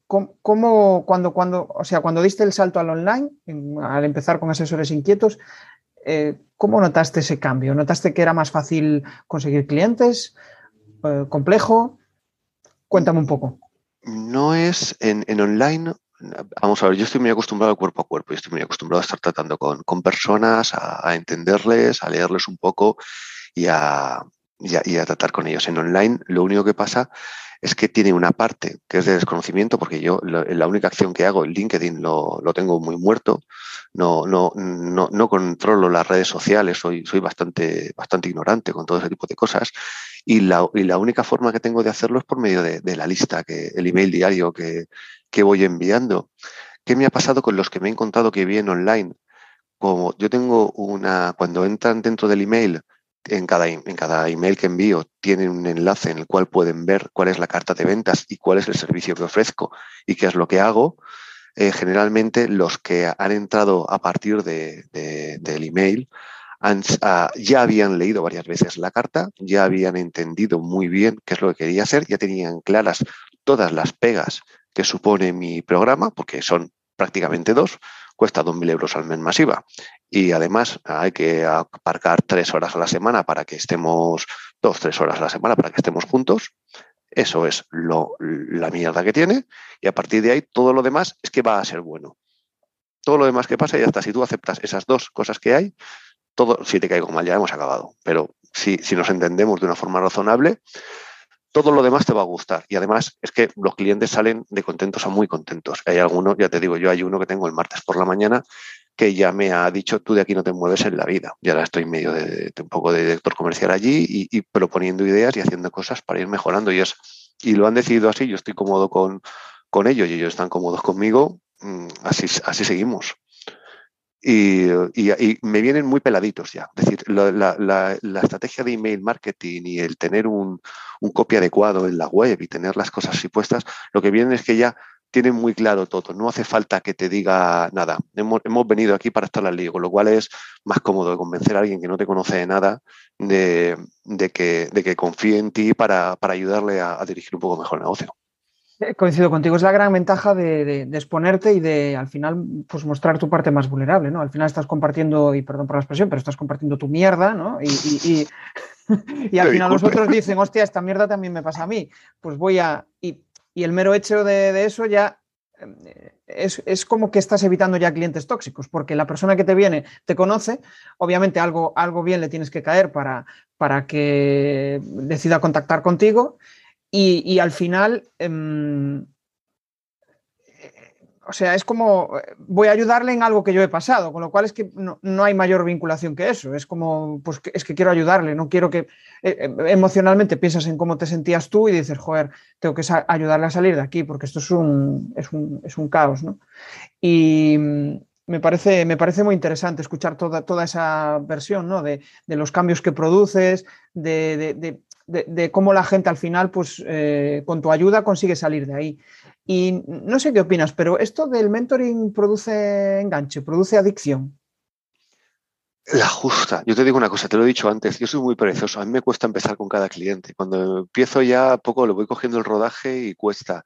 Cuando diste el salto al online, al empezar con asesores inquietos, ¿cómo notaste ese cambio? ¿Notaste que era más fácil conseguir clientes? ¿Complejo? Cuéntame un poco. No es en online. Vamos a ver, yo estoy muy acostumbrado cuerpo a cuerpo, yo estoy muy acostumbrado a estar tratando con personas, a entenderles, a leerles un poco y a tratar con ellos. En online lo único que pasa es que tiene una parte que es de desconocimiento, porque yo la única acción que hago en LinkedIn lo tengo muy muerto, no controlo las redes sociales, soy bastante ignorante con todo ese tipo de cosas, y la única forma que tengo de hacerlo es por medio de la lista, el email diario que voy enviando. ¿Qué me ha pasado con los que me he encontrado que vienen online? Como yo tengo cuando entran dentro del email, en cada email que envío tienen un enlace en el cual pueden ver cuál es la carta de ventas y cuál es el servicio que ofrezco y qué es lo que hago. Generalmente los que han entrado a partir del email ya habían leído varias veces la carta, ya habían entendido muy bien qué es lo que quería hacer, ya tenían claras todas las pegas que supone mi programa, porque son prácticamente 2, cuesta 2.000 euros al mes más IVA. Y además hay que aparcar 3 horas a la semana para que estemos, 2-3 horas a la semana para que estemos juntos. Eso es la mierda que tiene, y a partir de ahí todo lo demás es que va a ser bueno. Todo lo demás que pasa, y hasta si tú aceptas esas 2 cosas que hay, todo, si te caigo mal, ya hemos acabado. Pero si nos entendemos de una forma razonable, todo lo demás te va a gustar. Y además es que los clientes salen de contentos a muy contentos. Hay algunos, ya te digo, yo hay uno que tengo el martes por la mañana que ya me ha dicho, tú de aquí no te mueves en la vida. Y ahora estoy medio de un poco de director comercial allí y proponiendo ideas y haciendo cosas para ir mejorando. Y lo han decidido así, yo estoy cómodo con ellos y ellos están cómodos conmigo. Así seguimos. Y me vienen muy peladitos ya. Es decir, la estrategia de email marketing y el tener un copy adecuado en la web y tener las cosas así puestas, lo que viene es que ya tienen muy claro todo. No hace falta que te diga nada. Hemos venido aquí para estar al lío, con lo cual es más cómodo convencer a alguien que no te conoce de nada de que confíe en ti para ayudarle a dirigir un poco mejor el negocio. Coincido contigo, es la gran ventaja de exponerte y de al final pues mostrar tu parte más vulnerable, ¿no? Al final estás compartiendo, y perdón por la expresión, pero estás compartiendo tu mierda, ¿no? Y al final los otros dicen, hostia, esta mierda también me pasa a mí. Pues voy a... Y el mero hecho de eso ya es como que estás evitando ya clientes tóxicos, porque la persona que te viene te conoce, obviamente algo bien le tienes que caer para que decida contactar contigo. Y al final, o sea, es como voy a ayudarle en algo que yo he pasado, con lo cual es que no hay mayor vinculación que eso. Es como, pues es que quiero ayudarle, no quiero que emocionalmente piensas en cómo te sentías tú y dices, joder, tengo que ayudarle a salir de aquí porque esto es un caos, ¿no? Y me parece muy interesante escuchar toda esa versión, ¿no? De los cambios que produces, de cómo la gente al final, pues con tu ayuda consigue salir de ahí. Y no sé qué opinas, pero esto del mentoring produce enganche, produce adicción. La justa. Yo te digo una cosa, te lo he dicho antes, yo soy muy perezoso, a mí me cuesta empezar con cada cliente. Cuando empiezo ya poco le voy cogiendo el rodaje y cuesta.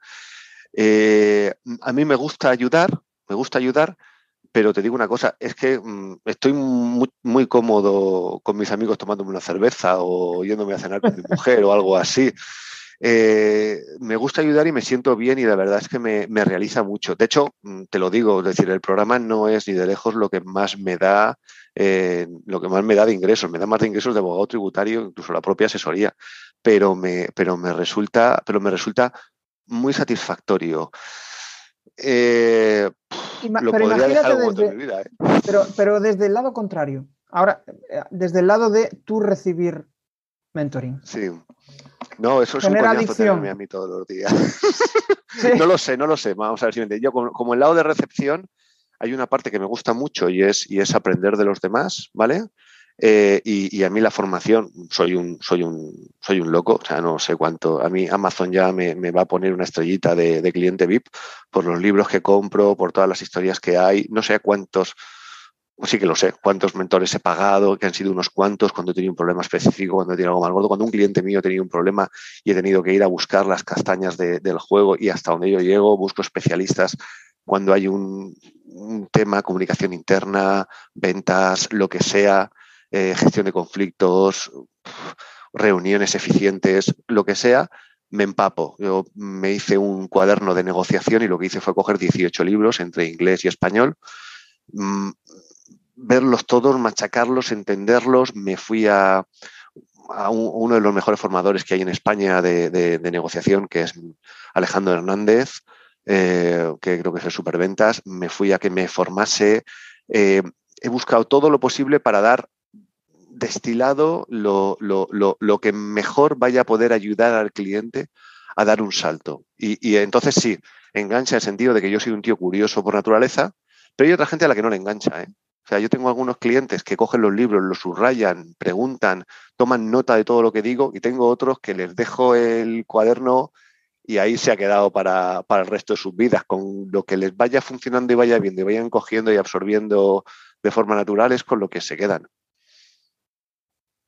A mí me gusta ayudar, pero te digo una cosa, es que estoy muy, muy cómodo con mis amigos tomándome una cerveza o yéndome a cenar con mi mujer o algo así. Me gusta ayudar y me siento bien y la verdad es que me realiza mucho. De hecho, te lo digo, es decir, el programa no es ni de lejos lo que más me da de ingresos. Me da más de ingresos de abogado tributario, incluso la propia asesoría, pero me resulta muy satisfactorio. Lo Pero podría dejar en un momento imagínate de mi vida. pero desde el lado contrario. Ahora, desde el lado de tú recibir mentoring. Sí. No, eso es un Genera coñazo tenerme adicción. a mí todos los días. Sí. No lo sé. Vamos a ver si me entiendes. Yo, como el lado de recepción, hay una parte que me gusta mucho y es aprender de los demás, ¿vale? Y a mí la formación, soy un loco, o sea, no sé cuánto. A mí Amazon ya me va a poner una estrellita de cliente VIP por los libros que compro, por todas las historias que hay. No sé cuántos, sí que lo sé, cuántos mentores he pagado, que han sido unos cuantos, cuando he tenido un problema específico, cuando he tenido algo más gordo, cuando un cliente mío ha tenido un problema y he tenido que ir a buscar las castañas del juego y hasta donde yo llego, busco especialistas cuando hay un tema, comunicación interna, ventas, lo que sea, gestión de conflictos, reuniones eficientes, lo que sea, me empapo. Yo me hice un cuaderno de negociación y lo que hice fue coger 18 libros entre inglés y español, verlos todos, machacarlos, entenderlos. Me fui a uno de los mejores formadores que hay en España de negociación, que es Alejandro Hernández, que creo que es el Superventas. Me fui a que me formase. He buscado todo lo posible para dar destilado lo que mejor vaya a poder ayudar al cliente a dar un salto. Y entonces sí, engancha en el sentido de que yo soy un tío curioso por naturaleza, pero hay otra gente a la que no le engancha, ¿eh? O sea, yo tengo algunos clientes que cogen los libros, los subrayan, preguntan, toman nota de todo lo que digo, y tengo otros que les dejo el cuaderno y ahí se ha quedado para el resto de sus vidas. Con lo que les vaya funcionando y vaya viendo y vayan cogiendo y absorbiendo de forma natural es con lo que se quedan.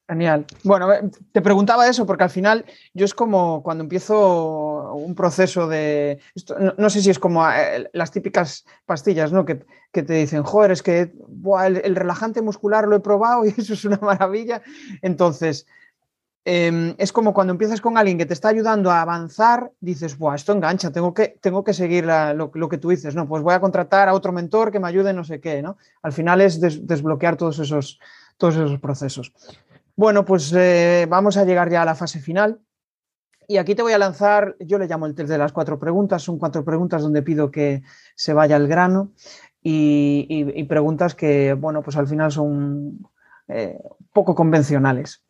Genial. Bueno, te preguntaba eso porque al final yo es como cuando empiezo un proceso de... no sé si es como las típicas pastillas, ¿no? Que te dicen, joder, es que buah, el relajante muscular lo he probado y eso es una maravilla. Entonces, es como cuando empiezas con alguien que te está ayudando a avanzar, dices, buah, esto engancha, tengo que seguir lo que tú dices, ¿no? Pues voy a contratar a otro mentor que me ayude en no sé qué, ¿no? Al final es desbloquear todos esos procesos. Bueno, pues vamos a llegar ya a la fase final. Y aquí te voy a lanzar, yo le llamo el test de las 4 preguntas, son 4 preguntas donde pido que se vaya al grano y preguntas que, bueno, pues al final son poco convencionales.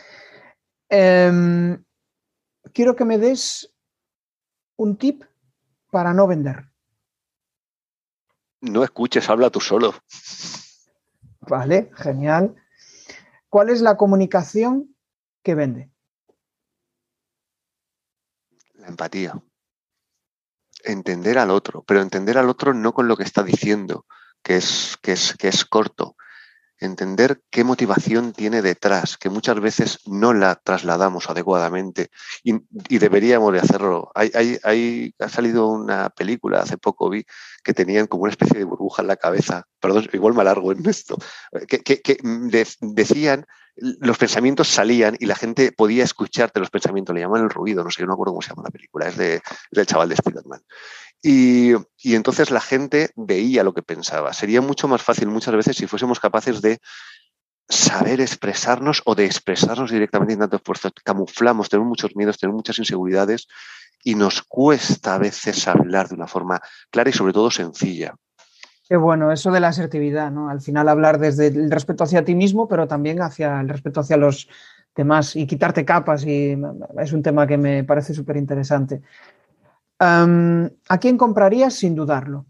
Quiero que me des un tip para no vender. No escuches, habla tú solo. Vale, genial. ¿Cuál es la comunicación que vende? La empatía. Entender al otro, pero entender al otro no con lo que está diciendo, que es corto. Entender qué motivación tiene detrás, que muchas veces no la trasladamos adecuadamente y deberíamos de hacerlo. Ha salido una película, hace poco vi, que tenían como una especie de burbuja en la cabeza. Perdón, igual me alargo en esto. Decían, los pensamientos salían y la gente podía escucharte los pensamientos, le llaman el ruido, no sé, no me acuerdo cómo se llama la película, es del chaval de Spider-Man. Y entonces la gente veía lo que pensaba. Sería mucho más fácil muchas veces si fuésemos capaces de saber expresarnos o de expresarnos directamente en tanto esfuerzo. Camuflamos, tenemos muchos miedos, tenemos muchas inseguridades y nos cuesta a veces hablar de una forma clara y sobre todo sencilla. Qué bueno, eso de la asertividad, ¿no? Al final hablar desde el respeto hacia ti mismo, pero también hacia el respeto hacia los demás y quitarte capas y es un tema que me parece súper interesante. ¿A quién comprarías sin dudarlo?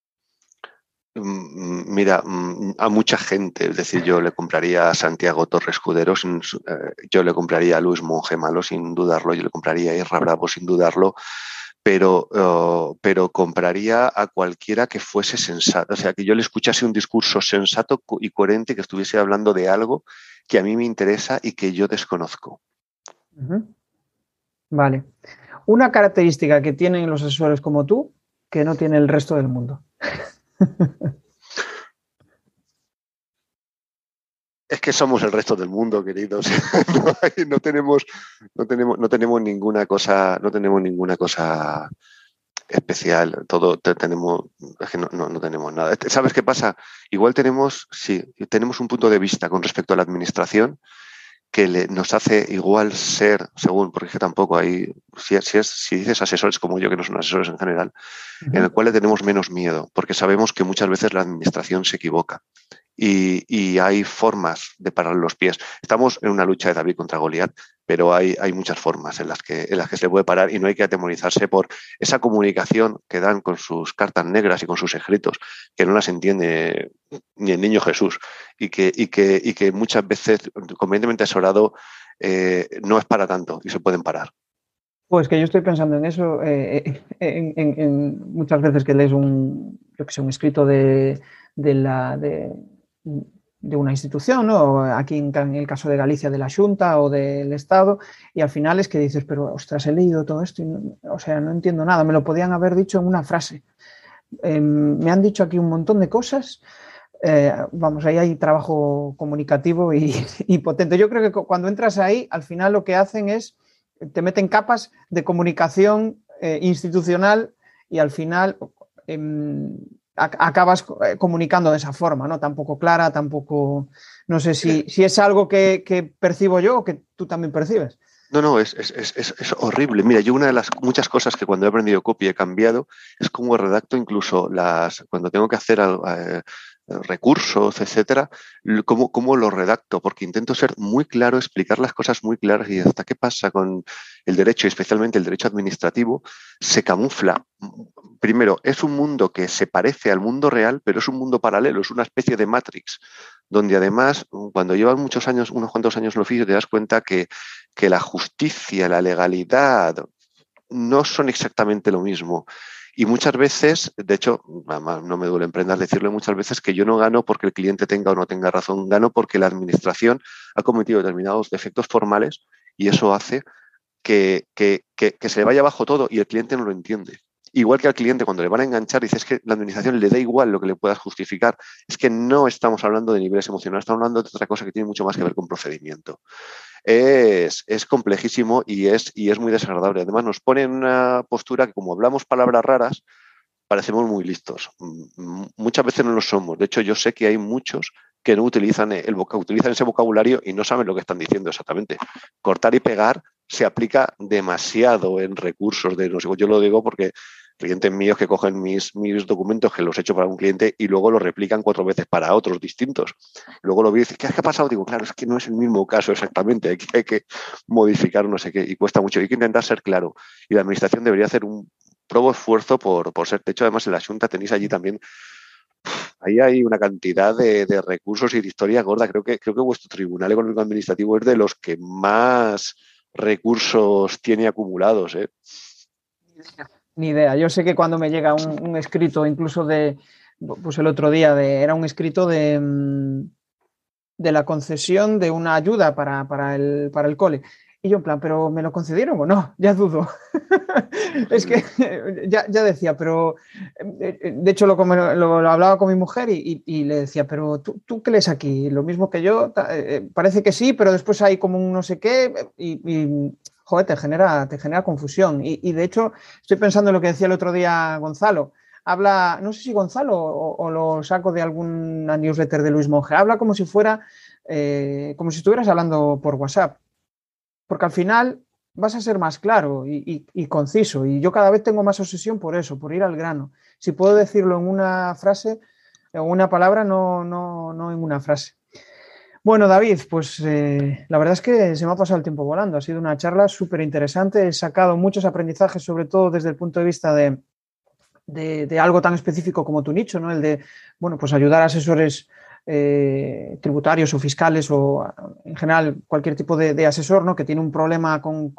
Mira, a mucha gente, es decir, yo le compraría a Santiago Torres Escudero, yo le compraría a Luis Monge Malo sin dudarlo, yo le compraría a Irra Bravo sin dudarlo, pero compraría a cualquiera que fuese sensato, o sea, que yo le escuchase un discurso sensato y coherente, que estuviese hablando de algo que a mí me interesa y que yo desconozco. Vale. Una característica que tienen los asesores como tú que no tiene el resto del mundo. Es que somos el resto del mundo, queridos. No tenemos ninguna cosa, especial. Todo tenemos, es que no tenemos nada. ¿Sabes qué pasa? Igual tenemos un punto de vista con respecto a la administración que nos hace igual ser, según, porque es que tampoco hay, si dices asesores como yo, que no son asesores en general, en el cual le tenemos menos miedo, porque sabemos que muchas veces la administración se equivoca. Y hay formas de parar los pies. Estamos en una lucha de David contra Goliat, pero hay muchas formas en las que se le puede parar y no hay que atemorizarse por esa comunicación que dan con sus cartas negras y con sus escritos, que no las entiende ni el niño Jesús y que muchas veces, convenientemente asesorado, no es para tanto y se pueden parar. Pues que yo estoy pensando en eso en muchas veces que lees un escrito de una institución, ¿no? Aquí en el caso de Galicia de la Xunta o del Estado, y al final es que dices, pero ostras, he leído todo esto y no entiendo nada, me lo podían haber dicho en una frase. Me han dicho aquí un montón de cosas. Vamos, ahí hay trabajo comunicativo y potente. Yo creo que cuando entras ahí, al final lo que hacen es te meten capas de comunicación institucional y al final acabas comunicando de esa forma, ¿no? Tampoco clara, tampoco... No sé si es algo que percibo yo o que tú también percibes. No, es horrible. Mira, yo una de las muchas cosas que cuando he aprendido copy he cambiado es cómo redacto incluso cuando tengo que hacer recursos, etcétera, cómo lo redacto, porque intento ser muy claro, explicar las cosas muy claras y hasta qué pasa con el derecho, y especialmente el derecho administrativo, se camufla. Primero, es un mundo que se parece al mundo real, pero es un mundo paralelo, es una especie de Matrix, donde además, cuando llevas unos cuantos años en el oficio, te das cuenta que la justicia, la legalidad, no son exactamente lo mismo. Y muchas veces, de hecho, además no me duele en prendas decirlo, muchas veces que yo no gano porque el cliente tenga o no tenga razón, gano porque la administración ha cometido determinados defectos formales y eso hace que se le vaya abajo todo y el cliente no lo entiende. Igual que al cliente cuando le van a enganchar, dices que la administración le da igual lo que le puedas justificar. Es que no estamos hablando de niveles emocionales, estamos hablando de otra cosa que tiene mucho más que ver con procedimiento. Es complejísimo y es muy desagradable. Además nos pone en una postura que como hablamos palabras raras, parecemos muy listos. Muchas veces no lo somos. De hecho, yo sé que hay muchos que no utilizan ese vocabulario y no saben lo que están diciendo exactamente. Cortar y pegar se aplica demasiado en recursos de no sé, yo lo digo porque clientes míos que cogen mis documentos que los he hecho para un cliente y luego los replican 4 veces para otros distintos. Luego lo vi y dices, ¿qué ha pasado? Digo, claro, es que no es el mismo caso exactamente, hay que modificar no sé qué y cuesta mucho. Hay que intentar ser claro y la administración debería hacer un probo esfuerzo por ser. De hecho, además en la Xunta tenéis allí también, ahí hay una cantidad de recursos y de historia gorda. Creo que vuestro Tribunal Económico Administrativo es de los que más recursos tiene acumulados, ¿eh? Ni idea. Yo sé que cuando me llega un escrito, incluso pues el otro día, era un escrito de la concesión de una ayuda para el cole. Y yo en plan, ¿pero me lo concedieron o no? Ya dudo. Es que ya decía, pero de hecho lo hablaba con mi mujer y le decía, pero ¿tú qué lees aquí? Lo mismo que yo, parece que sí, pero después hay como un no sé qué y joder, te genera confusión. Y de hecho estoy pensando en lo que decía el otro día Gonzalo. Habla, no sé si Gonzalo o lo saco de alguna newsletter de Luis Monge, habla como si fuera, como si estuvieras hablando por WhatsApp. Porque al final vas a ser más claro y conciso. Y yo cada vez tengo más obsesión por eso, por ir al grano. Si puedo decirlo en una frase, en una palabra, no en una frase. Bueno, David, pues la verdad es que se me ha pasado el tiempo volando. Ha sido una charla súper interesante. He sacado muchos aprendizajes, sobre todo desde el punto de vista de algo tan específico como tu nicho, ¿no? El de, bueno, pues ayudar a asesores tributarios o fiscales o en general cualquier tipo de asesor, ¿no? Que tiene un problema con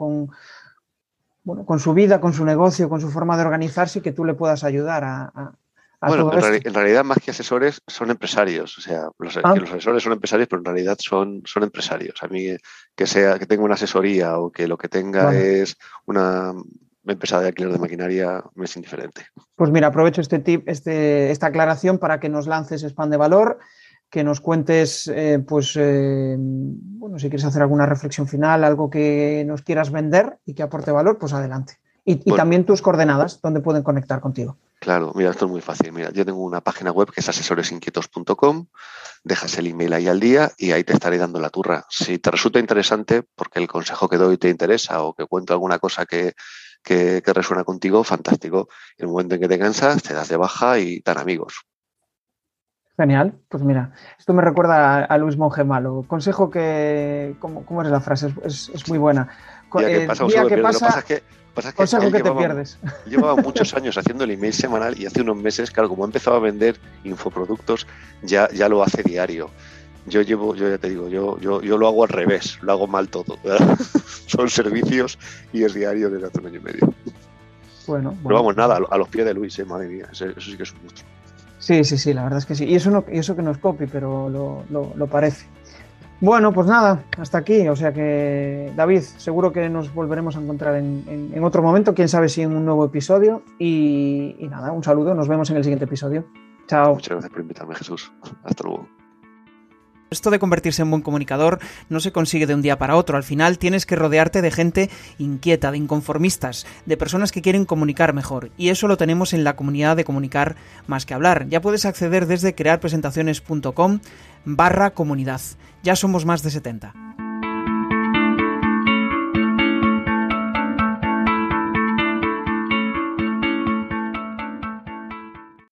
su vida, con su negocio, con su forma de organizarse y que tú le puedas ayudar a bueno, todo esto. En realidad más que asesores son empresarios, o sea, los asesores son empresarios, pero en realidad son empresarios. A mí que tenga una asesoría o que lo que tenga es una empresa de alquiler de maquinaria me es indiferente. Pues mira, aprovecho esta aclaración para que nos lances spam de valor, que nos cuentes, bueno, si quieres hacer alguna reflexión final, algo que nos quieras vender y que aporte valor, pues adelante. Y bueno, también tus coordenadas, donde pueden conectar contigo. Claro, mira, esto es muy fácil. Mira, yo tengo una página web que es asesoresinquietos.com, dejas el email ahí al día y ahí te estaré dando la turra. Si te resulta interesante, porque el consejo que doy te interesa o que cuento alguna cosa que resuena contigo, fantástico. En el momento en que te cansas, te das de baja y tan amigos. Genial, pues mira, esto me recuerda a Luis Monge Malo. Consejo que, ¿cómo es la frase? Es muy buena. Día que pasa, consejo que te pierdes. Llevaba muchos años haciendo el email semanal y hace unos meses, claro, como he empezado a vender infoproductos, ya lo hace diario. Yo ya te digo, yo lo hago al revés, lo hago mal todo. Son servicios y es diario desde hace 1 año y medio. Bueno. Pero vamos, nada, a los pies de Luis, madre mía, eso sí que es un monstruo. Sí, la verdad es que sí. Y eso que no es copy, pero lo parece. Bueno, pues nada, hasta aquí. O sea que, David, seguro que nos volveremos a encontrar en otro momento, quién sabe si en un nuevo episodio. Y nada, un saludo, nos vemos en el siguiente episodio. Chao. Muchas gracias por invitarme, Jesús. Hasta luego. Esto de convertirse en buen comunicador no se consigue de un día para otro. Al final tienes que rodearte de gente inquieta, de inconformistas, de personas que quieren comunicar mejor. Y eso lo tenemos en la comunidad de Comunicar Más Que Hablar. Ya puedes acceder desde crearpresentaciones.com/comunidad. Ya somos más de 70.